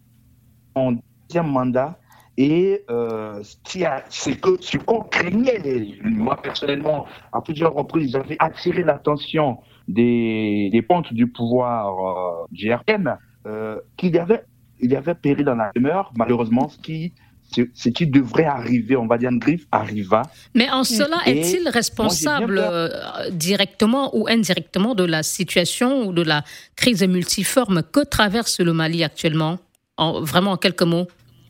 en deuxième mandat et euh, ce que ce qu'on craignait, moi personnellement, à plusieurs reprises, j'avais attiré l'attention des, des pontes du pouvoir euh, G R M, euh, qu'il y avait, il y avait péril dans la demeure, malheureusement, ce qui, ce, ce qui devrait arriver, on va dire une griffe, arriva. Mais en cela, et est-il responsable euh, directement ou indirectement de la situation ou de la crise multiforme que traverse le Mali actuellement? En, vraiment en quelques mots.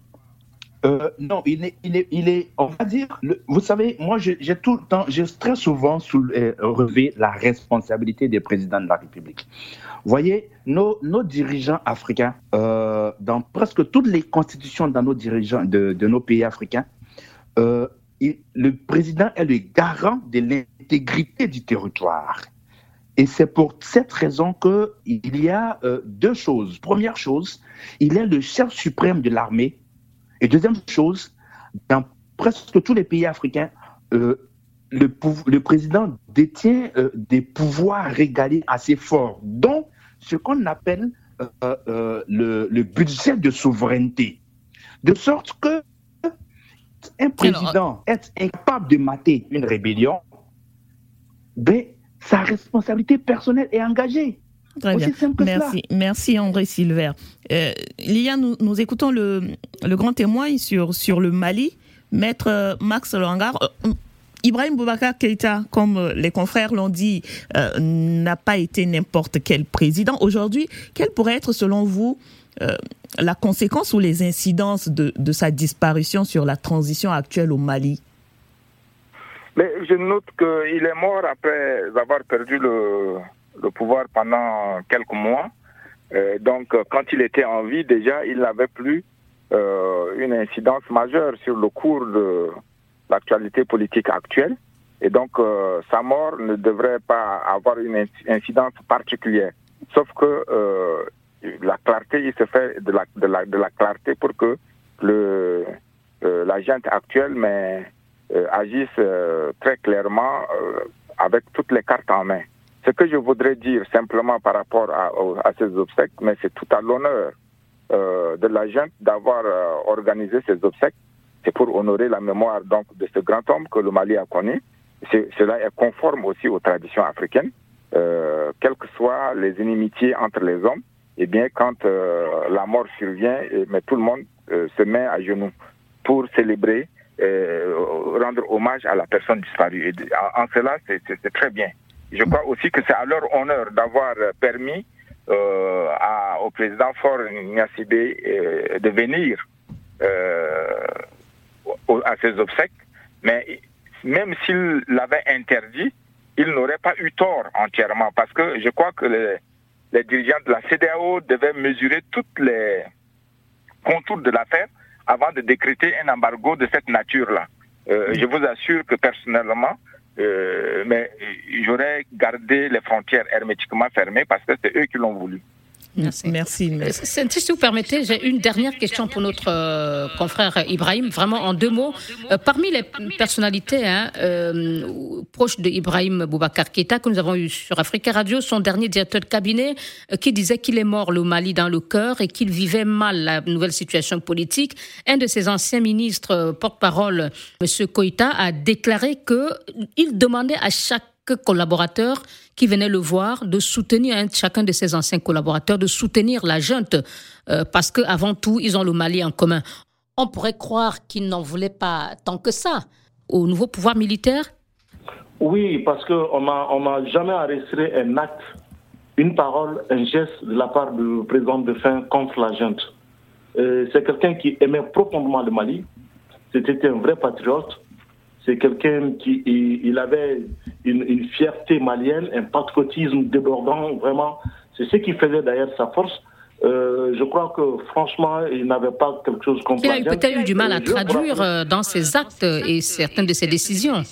Euh, non, il est, il est, il est, on va dire, le, vous savez, moi j'ai, j'ai tout le temps, j'ai très souvent soulevé, relevé la responsabilité des présidents de la République. Vous voyez, nos, nos dirigeants africains, euh, dans presque toutes les constitutions dans nos dirigeants de, de nos pays africains, euh, il, le président est le garant de l'intégrité du territoire. Et c'est pour cette raison qu'il y a euh, deux choses. Première chose, il est le chef suprême de l'armée. Et deuxième chose, dans presque tous les pays africains, euh, le, pou- le président détient euh, des pouvoirs régaliens assez forts, dont ce qu'on appelle euh, euh, le, le budget de souveraineté. De sorte que un président Alors... est incapable de mater une rébellion, ben, sa responsabilité personnelle est engagée. Très bien. Merci. Merci André Silver. Euh, Lia, nous, nous écoutons le, le grand témoin sur, sur le Mali, Maître Max Langard. Euh, Ibrahim Boubacar Keïta, comme les confrères l'ont dit, euh, n'a pas été n'importe quel président. Aujourd'hui, quelle pourrait être selon vous euh, la conséquence ou les incidences de, de sa disparition sur la transition actuelle au Mali? Mais je note qu'il est mort après avoir perdu le, le pouvoir pendant quelques mois. Euh, donc, quand il était en vie, déjà, il n'avait plus euh, une incidence majeure sur le cours de l'actualité politique actuelle. Et donc, euh, sa mort ne devrait pas avoir une incidence particulière. Sauf que euh, la clarté, il se fait de la, de la, de la clarté pour que le, euh, la junte actuelle, mais Euh, agissent euh, très clairement euh, avec toutes les cartes en main. Ce que je voudrais dire simplement par rapport à, à ces obsèques, mais c'est tout à l'honneur euh, de la junte d'avoir euh, organisé ces obsèques. C'est pour honorer la mémoire donc de ce grand homme que le Mali a connu. C'est, cela est conforme aussi aux traditions africaines. Euh, quelles que soient les inimitiés entre les hommes, eh bien quand euh, la mort survient, et, mais tout le monde euh, se met à genoux pour célébrer, Euh, rendre hommage à la personne disparue. Et en, en cela, c'est, c'est, c'est très bien. Je crois aussi que c'est à leur honneur d'avoir permis euh, à, au président Faure Gnassingbé euh, de venir euh, au, à ses obsèques, mais même s'il l'avait interdit, il n'aurait pas eu tort entièrement, parce que je crois que les, les dirigeants de la C E D E A O devaient mesurer toutes les contours de l'affaire avant de décréter un embargo de cette nature-là. Euh, je vous assure que personnellement, euh, mais j'aurais gardé les frontières hermétiquement fermées parce que c'est eux qui l'ont voulu. Merci. Merci. Merci. Si vous permettez, j'ai une dernière question pour notre euh, confrère Ibrahim, vraiment en deux mots. Euh, parmi les personnalités hein, euh, proches de Ibrahim Boubacar Keïta que nous avons eu sur Africa Radio, son dernier directeur de cabinet euh, qui disait qu'il est mort le Mali dans le cœur et qu'il vivait mal la nouvelle situation politique. Un de ses anciens ministres, euh, porte-parole, M. Koïta, a déclaré qu'il demandait à chaque collaborateur qui venait le voir de soutenir hein, chacun de ses anciens collaborateurs, de soutenir la junte, euh, parce qu'avant tout, ils ont le Mali en commun. On pourrait croire qu'ils n'en voulaient pas tant que ça au nouveau pouvoir militaire. Oui, parce qu'on n'a on n'a jamais arrêté un acte, une parole, un geste de la part du président de fin contre la junte. Euh, c'est quelqu'un qui aimait profondément le Mali. C'était un vrai patriote. C'est quelqu'un qui il avait une, une fierté malienne, un patriotisme débordant, vraiment. C'est ce qui faisait d'ailleurs sa force. Euh, je crois que franchement, il n'avait pas quelque chose contre il la a eu junte. peut-être eu du mal à Je traduire crois... dans ses actes et certaines de ses décisions.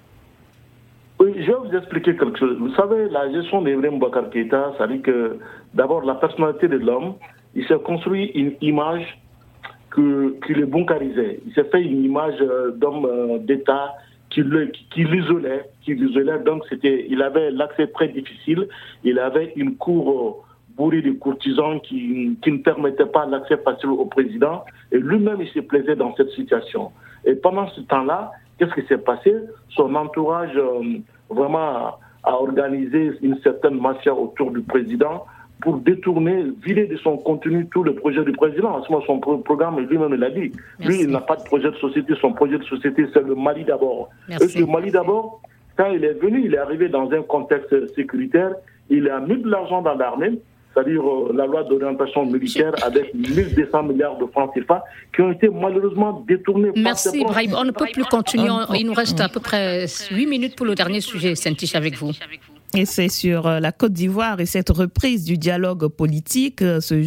Oui, je vais vous expliquer quelque chose. Vous savez, la gestion d'Ibrahim Boubacar Keïta, ça dit que d'abord la personnalité de l'homme, il s'est construit une image que, qui le bunkarisait. Il s'est fait une image euh, d'homme euh, d'État qui, le, qui, qui l'isolait, qui l'isolait. Donc c'était, il avait l'accès très difficile. Il avait une cour euh, bourrée de courtisans qui, qui ne permettait pas l'accès facile au président. Et lui-même, il se plaisait dans cette situation. Et pendant ce temps-là, qu'est-ce qui s'est passé? Son entourage euh, vraiment a, a organisé une certaine mafia autour du président pour détourner, vider de son contenu tout le projet du président. En ce moment, son pro- programme, lui-même l'a dit. Merci. Lui, il n'a pas de projet de société. Son projet de société, c'est le Mali d'abord. Merci. Et le Mali d'abord, quand il est venu, il est arrivé dans un contexte sécuritaire. Il a mis de l'argent dans l'armée, c'est-à-dire euh, la loi d'orientation militaire avec mille deux cents milliards de francs C F A qui ont été malheureusement détournés. Merci Ibrahim. On ne peut plus continuer. Il nous reste à peu près huit minutes pour le dernier sujet, Saint-Tiche, avec vous. Et c'est sur la Côte d'Ivoire et cette reprise du dialogue politique ce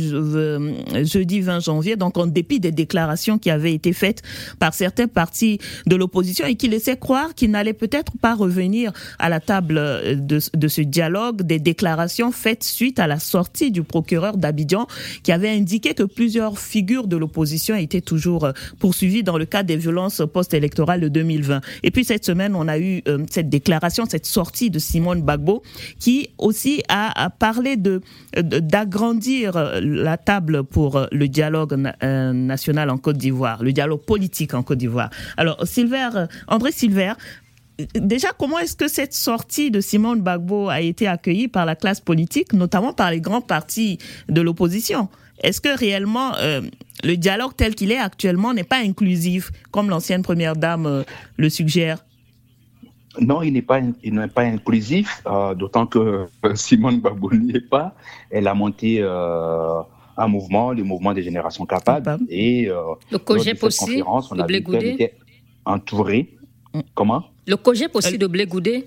jeudi vingt janvier, donc en dépit des déclarations qui avaient été faites par certains partis de l'opposition et qui laissaient croire qu'ils n'allaient peut-être pas revenir à la table de, de ce dialogue, des déclarations faites suite à la sortie du procureur d'Abidjan qui avait indiqué que plusieurs figures de l'opposition étaient toujours poursuivies dans le cadre des violences post-électorales de deux mille vingt. Et puis cette semaine, on a eu euh, cette déclaration, cette sortie de Simone Gbagbo qui aussi a, a parlé de, de, d'agrandir la table pour le dialogue na- national en Côte d'Ivoire, le dialogue politique en Côte d'Ivoire. Alors, Silver, André Silver, déjà, comment est-ce que cette sortie de Simone Gbagbo a été accueillie par la classe politique, notamment par les grands partis de l'opposition? Est-ce que réellement euh, le dialogue tel qu'il est actuellement n'est pas inclusif, comme l'ancienne première dame euh, le suggère? Non, il n'est pas, il n'est pas inclusif, euh, d'autant que euh, Simone Gbagbo n'y est pas. Elle a monté euh, un mouvement, le mouvement des générations capables. Capable. Et euh, le COGEP aussi, on a vu qu'elle était entourée. Mm. Comment? Le COGEP aussi de Blé Goudé.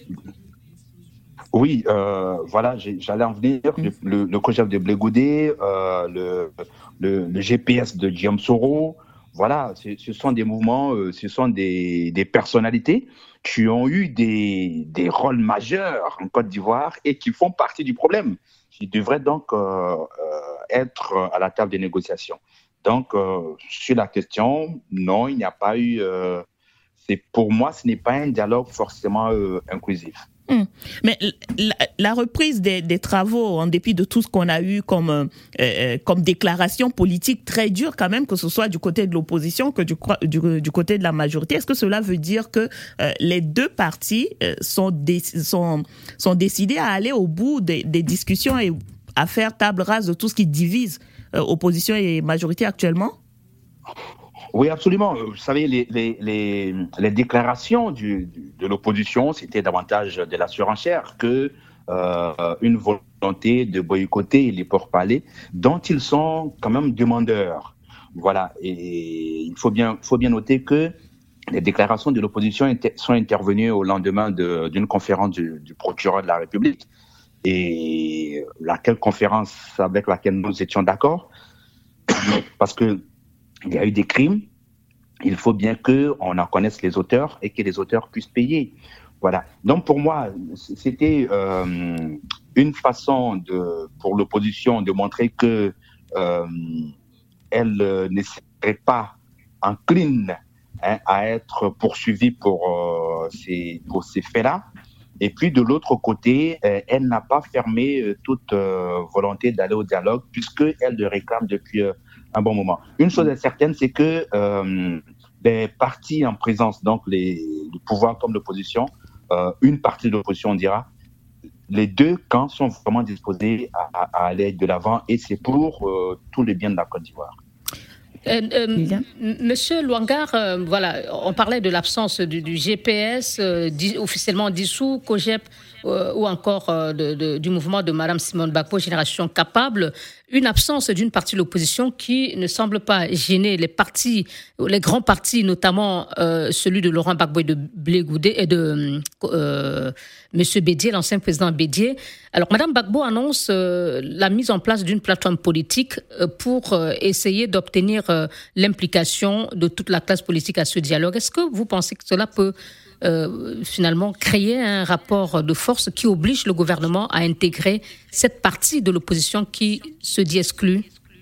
Oui, euh, voilà, j'ai, j'allais en venir. Mm. Le, le, le COGEP de Blé Goudé, euh, le, le, le G P S de Guillaume Soro. Voilà, ce, ce sont des mouvements, euh, ce sont des, des personnalités qui ont eu des, des rôles majeurs en Côte d'Ivoire et qui font partie du problème, qui devraient donc euh, euh, être à la table des négociations. Donc, euh, sur la question, non, il n'y a pas eu... Euh, c'est, pour moi, ce n'est pas un dialogue forcément euh, inclusif. Hum. Mais la, la reprise des, des travaux, en dépit de tout ce qu'on a eu comme, euh, comme déclaration politique très dure quand même, que ce soit du côté de l'opposition que du, du, du côté de la majorité, est-ce que cela veut dire que euh, les deux partis euh, sont, dé, sont, sont décidés à aller au bout des, des discussions et à faire table rase de tout ce qui divise euh, opposition et majorité actuellement? Oui, absolument. Vous savez, les, les, les, les déclarations du, du, de l'opposition, c'était davantage de la surenchère que euh, une volonté de boycotter les pourparlers dont ils sont quand même demandeurs. Voilà. Et il faut bien, faut bien noter que les déclarations de l'opposition étaient, sont intervenues au lendemain de, d'une conférence du, du procureur de la République, et laquelle conférence avec laquelle nous étions d'accord, parce que il y a eu des crimes, il faut bien qu'on en connaisse les auteurs et que les auteurs puissent payer. Voilà. Donc pour moi, c'était euh, une façon de, pour l'opposition de montrer que euh, elle euh, ne serait pas encline hein, à être poursuivie pour, euh, ces, pour ces faits-là. Et puis de l'autre côté, euh, elle n'a pas fermé euh, toute euh, volonté d'aller au dialogue puisqu'elle le réclame depuis euh, un bon moment. Une chose est certaine, c'est que euh, les partis en présence, donc les, le pouvoir comme l'opposition, euh, une partie de l'opposition, on dira, les deux camps sont vraiment disposés à, à, à aller de l'avant et c'est pour euh, tout le bien de la Côte d'Ivoire. Euh, euh, Monsieur Luangar, euh, voilà, on parlait de l'absence du, du G P S euh, di, officiellement dissous, COGEP euh, ou encore euh, de, de, du mouvement de Mme Simone Bagbo, Génération Capable, une absence d'une partie de l'opposition qui ne semble pas gêner les partis, les grands partis, notamment euh, celui de Laurent Gbagbo et de Blé Goudé et de euh, Monsieur Bédié, l'ancien président Bédié. Alors, Mme Gbagbo annonce euh, la mise en place d'une plateforme politique euh, pour euh, essayer d'obtenir euh, l'implication de toute la classe politique à ce dialogue. Est-ce que vous pensez que cela peut euh, finalement créer un rapport de force qui oblige le gouvernement à intégrer cette partie de l'opposition qui se dit exclue?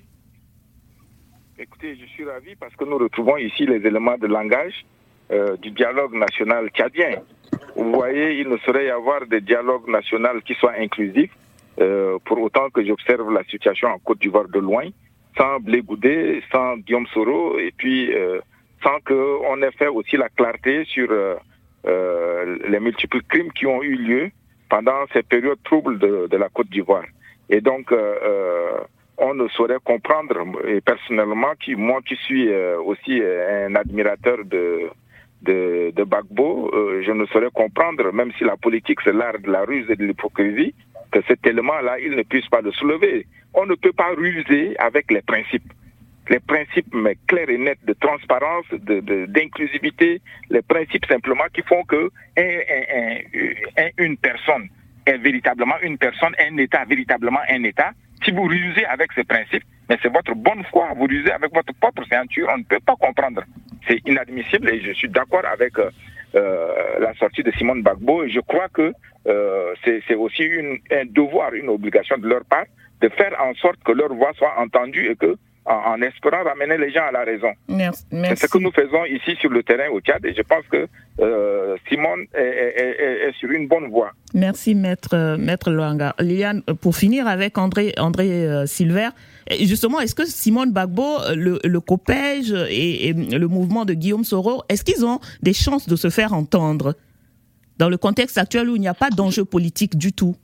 Écoutez, je suis ravi parce que nous retrouvons ici les éléments de langage euh, du dialogue national tchadien. Vous voyez, il ne saurait y avoir de dialogue national qui soit inclusif, euh, pour autant que j'observe la situation en Côte d'Ivoire de loin, sans Blé Goudé, sans Guillaume Soro, et puis euh, sans qu'on ait fait aussi la clarté sur euh, euh, les multiples crimes qui ont eu lieu pendant ces périodes troubles de, de la Côte d'Ivoire. Et donc, euh, euh, on ne saurait comprendre, et personnellement, qui, moi qui suis euh, aussi un admirateur de... de, de Gbagbo, euh, je ne saurais comprendre, même si la politique c'est l'art de la ruse et de l'hypocrisie, que cet élément-là, il ne puisse pas le soulever. On ne peut pas ruser avec les principes. Les principes mais clairs et nets de transparence, de, de, d'inclusivité, les principes simplement qui font que un, un, un, une personne est véritablement une personne, un État véritablement un État. Si vous rusez avec ces principes, mais c'est votre bonne foi, vous rusez avec votre propre ceinture, on ne peut pas comprendre. C'est inadmissible et je suis d'accord avec euh, la sortie de Simone Gbagbo et je crois que euh, c'est, c'est aussi une, un devoir, une obligation de leur part de faire en sorte que leur voix soit entendue et que en, en espérant ramener les gens à la raison. Merci. Merci. C'est ce que nous faisons ici sur le terrain au Tchad et je pense que euh, Simone est, est, est, est sur une bonne voie. Merci Maître, Maître Luangar. Liliane, pour finir avec André, André euh, Silver, justement, est-ce que Simone Gbagbo, le, le COPEJ et, et le mouvement de Guillaume Soro, est-ce qu'ils ont des chances de se faire entendre dans le contexte actuel où il n'y a pas d'enjeu politique du tout?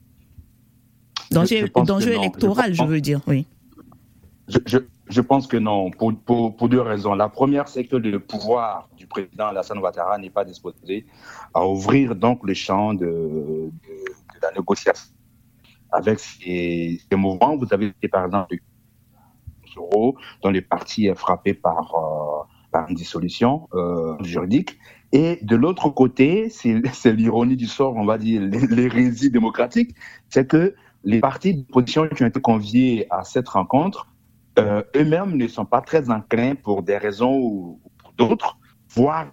Danger, d'enjeu électoral, je, je veux dire, oui. Je, je, je pense que non, pour, pour, pour deux raisons. La première, c'est que le pouvoir du président Alassane Ouattara n'est pas disposé à ouvrir donc le champ de, de, de la négociation avec ces, ces mouvements. Vous avez été, par exemple, Soro, dont le parti est frappé par, euh, par une dissolution euh, juridique. Et de l'autre côté, c'est, c'est l'ironie du sort, on va dire, l'hérésie démocratique, c'est que les partis d'opposition qui ont été conviés à cette rencontre, euh, eux-mêmes ne sont pas très enclins pour des raisons ou pour d'autres, voire...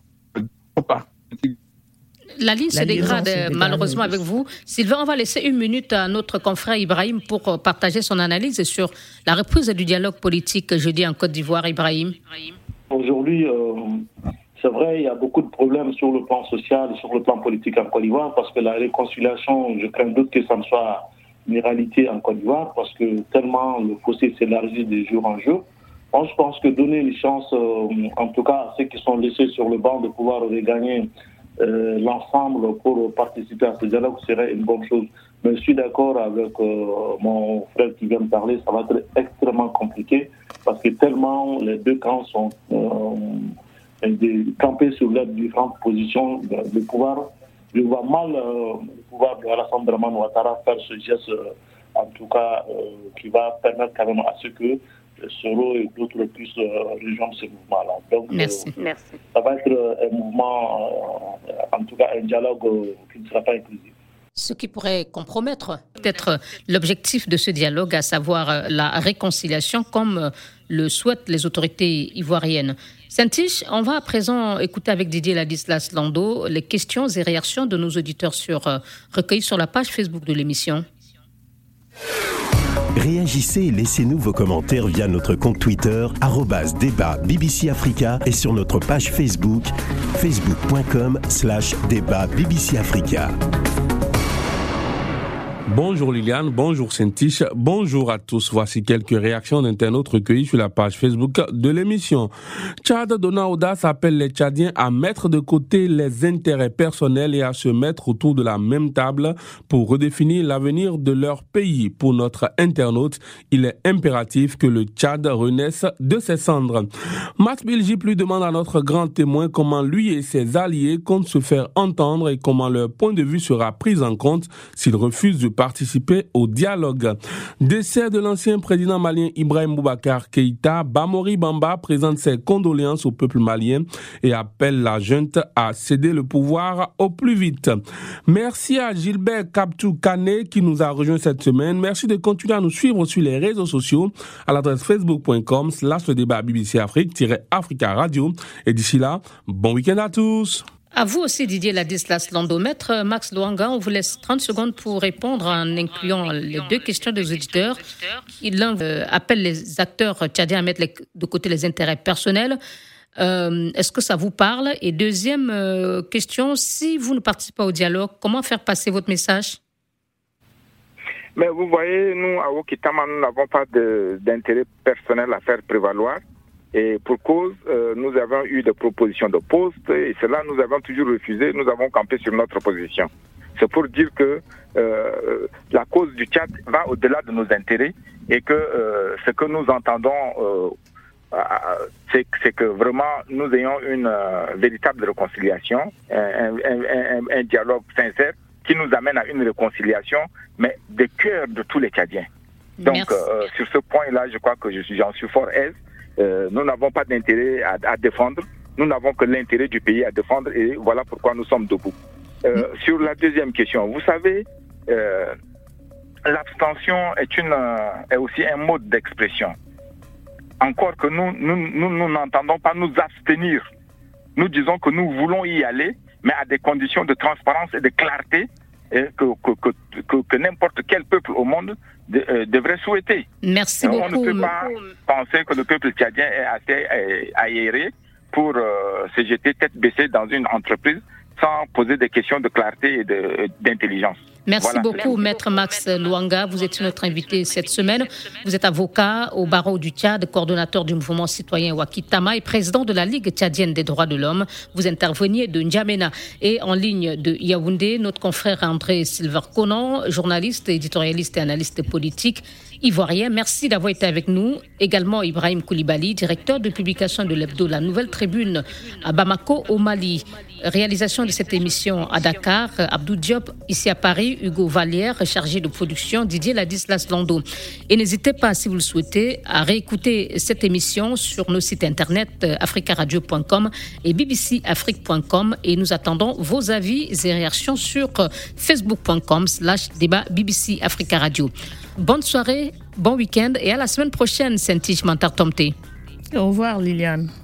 La ligne se dégrade malheureusement avec vous. Sylvain, on va laisser une minute à notre confrère Ibrahim pour partager son analyse sur la reprise du dialogue politique jeudi en Côte d'Ivoire. Ibrahim. Aujourd'hui, euh, c'est vrai, il y a beaucoup de problèmes sur le plan social et sur le plan politique en Côte d'Ivoire parce que la réconciliation, je crains doute que ça ne soit une réalité en Côte d'Ivoire parce que tellement le fossé s'élargit de jour en jour. Moi, je pense que donner une chance, euh, en tout cas à ceux qui sont laissés sur le banc, de pouvoir regagner euh, l'ensemble pour participer à ce dialogue serait une bonne chose. Mais je suis d'accord avec euh, mon frère qui vient de parler, ça va être extrêmement compliqué parce que tellement les deux camps sont euh, des, campés sur les différentes positions de, de pouvoir. Je vois mal euh, le pouvoir de Alassane Dramane Ouattara faire ce geste, euh, en tout cas, euh, qui va permettre quand même à ce que Soro et d'autres puissent euh, rejoindre ce mouvement-là. Donc, Merci. Euh, Merci. Ça va être un mouvement, euh, en tout cas un dialogue euh, qui ne sera pas inclusif. Ce qui pourrait compromettre peut-être l'objectif de ce dialogue, à savoir la réconciliation, comme le souhaitent les autorités ivoiriennes. Saint-Tiche, on va à présent écouter avec Didier Ladislas Lando les questions et réactions de nos auditeurs sur, euh, recueillies sur la page Facebook de l'émission. Réagissez et laissez-nous vos commentaires via notre compte Twitter, arobase débat B B C Africa, et sur notre page Facebook, facebook.com slash débat BBC Africa. Bonjour Liliane, bonjour Saint-Tiche, bonjour à tous. Voici quelques réactions d'internautes recueillies sur la page Facebook de l'émission. Tchad donna audace appelle les Tchadiens à mettre de côté les intérêts personnels et à se mettre autour de la même table pour redéfinir l'avenir de leur pays. Pour notre internaute, il est impératif que le Tchad renaisse de ses cendres. Max Biljip lui demande à notre grand témoin comment lui et ses alliés comptent se faire entendre et comment leur point de vue sera pris en compte s'ils refusent de participer au dialogue. Décès de l'ancien président malien Ibrahim Boubacar Keïta, Bamori Bamba présente ses condoléances au peuple malien et appelle la junte à céder le pouvoir au plus vite. Merci à Gilbert Kaptou Kane qui nous a rejoint cette semaine. Merci de continuer à nous suivre sur les réseaux sociaux à l'adresse facebook.com slash le débat B B C Afrique-Africa Radio. Et d'ici là, bon week-end à tous. À vous aussi, Didier Ladislas Lando. Maître Max Luanga, on vous laisse trente secondes pour répondre en incluant les deux questions des auditeurs. L'un euh, appelle les acteurs tchadiens à mettre les, de côté les intérêts personnels. Euh, est-ce que ça vous parle? Et deuxième euh, question, si vous ne participez pas au dialogue, comment faire passer votre message? Mais vous voyez, nous, à Wokitama, nous n'avons pas de, d'intérêt personnel à faire prévaloir. Et pour cause, euh, nous avons eu des propositions de poste et cela, nous avons toujours refusé. Nous avons campé sur notre position. C'est pour dire que euh, la cause du Tchad va au-delà de nos intérêts et que euh, ce que nous entendons, euh, c'est, c'est que vraiment nous ayons une euh, véritable réconciliation, un, un, un, un dialogue sincère qui nous amène à une réconciliation, mais des cœurs de tous les Tchadiens. Donc, euh, sur ce point-là, je crois que je suis, j'en suis fort aise. Euh, nous n'avons pas d'intérêt à, à défendre, nous n'avons que l'intérêt du pays à défendre et voilà pourquoi nous sommes debout. Euh, mmh. Sur la deuxième question, vous savez, euh, l'abstention est, une, est aussi un mode d'expression. Encore que nous, nous, nous, nous n'entendons pas nous abstenir. Nous disons que nous voulons y aller, mais à des conditions de transparence et de clarté et que, que, que, que, que n'importe quel peuple au monde de, euh, devrait souhaiter. Merci on beaucoup. On ne peut pas penser que le peuple tchadien est assez euh, aéré pour euh, se jeter tête baissée dans une entreprise sans poser des questions de clarté et de, d'intelligence. Merci voilà. beaucoup, Maître Max Luanga. Vous êtes notre invité cette semaine. Vous êtes avocat au barreau du Tchad, coordonnateur du mouvement citoyen Wakitama et président de la Ligue tchadienne des droits de l'homme. Vous interveniez de N'Djamena. Et en ligne de Yaoundé, notre confrère André Silver-Conan, journaliste, éditorialiste et analyste politique ivoirien. Merci d'avoir été avec nous. Également Ibrahim Koulibaly, directeur de publication de l'hebdo La Nouvelle Tribune à Bamako, au Mali. Réalisation de cette émission à Dakar, Abdou Diop, ici à Paris, Hugo Vallière, chargé de production, Didier Ladislas Lando. Et n'hésitez pas, si vous le souhaitez, à réécouter cette émission sur nos sites internet africa radio point com et b b c afrique point com. Et nous attendons vos avis et réactions sur facebook point com slash débat B B C Africa Radio. Bonne soirée, bon week-end et à la semaine prochaine, Saint-Tiche Mantar Tomté. Au revoir, Liliane.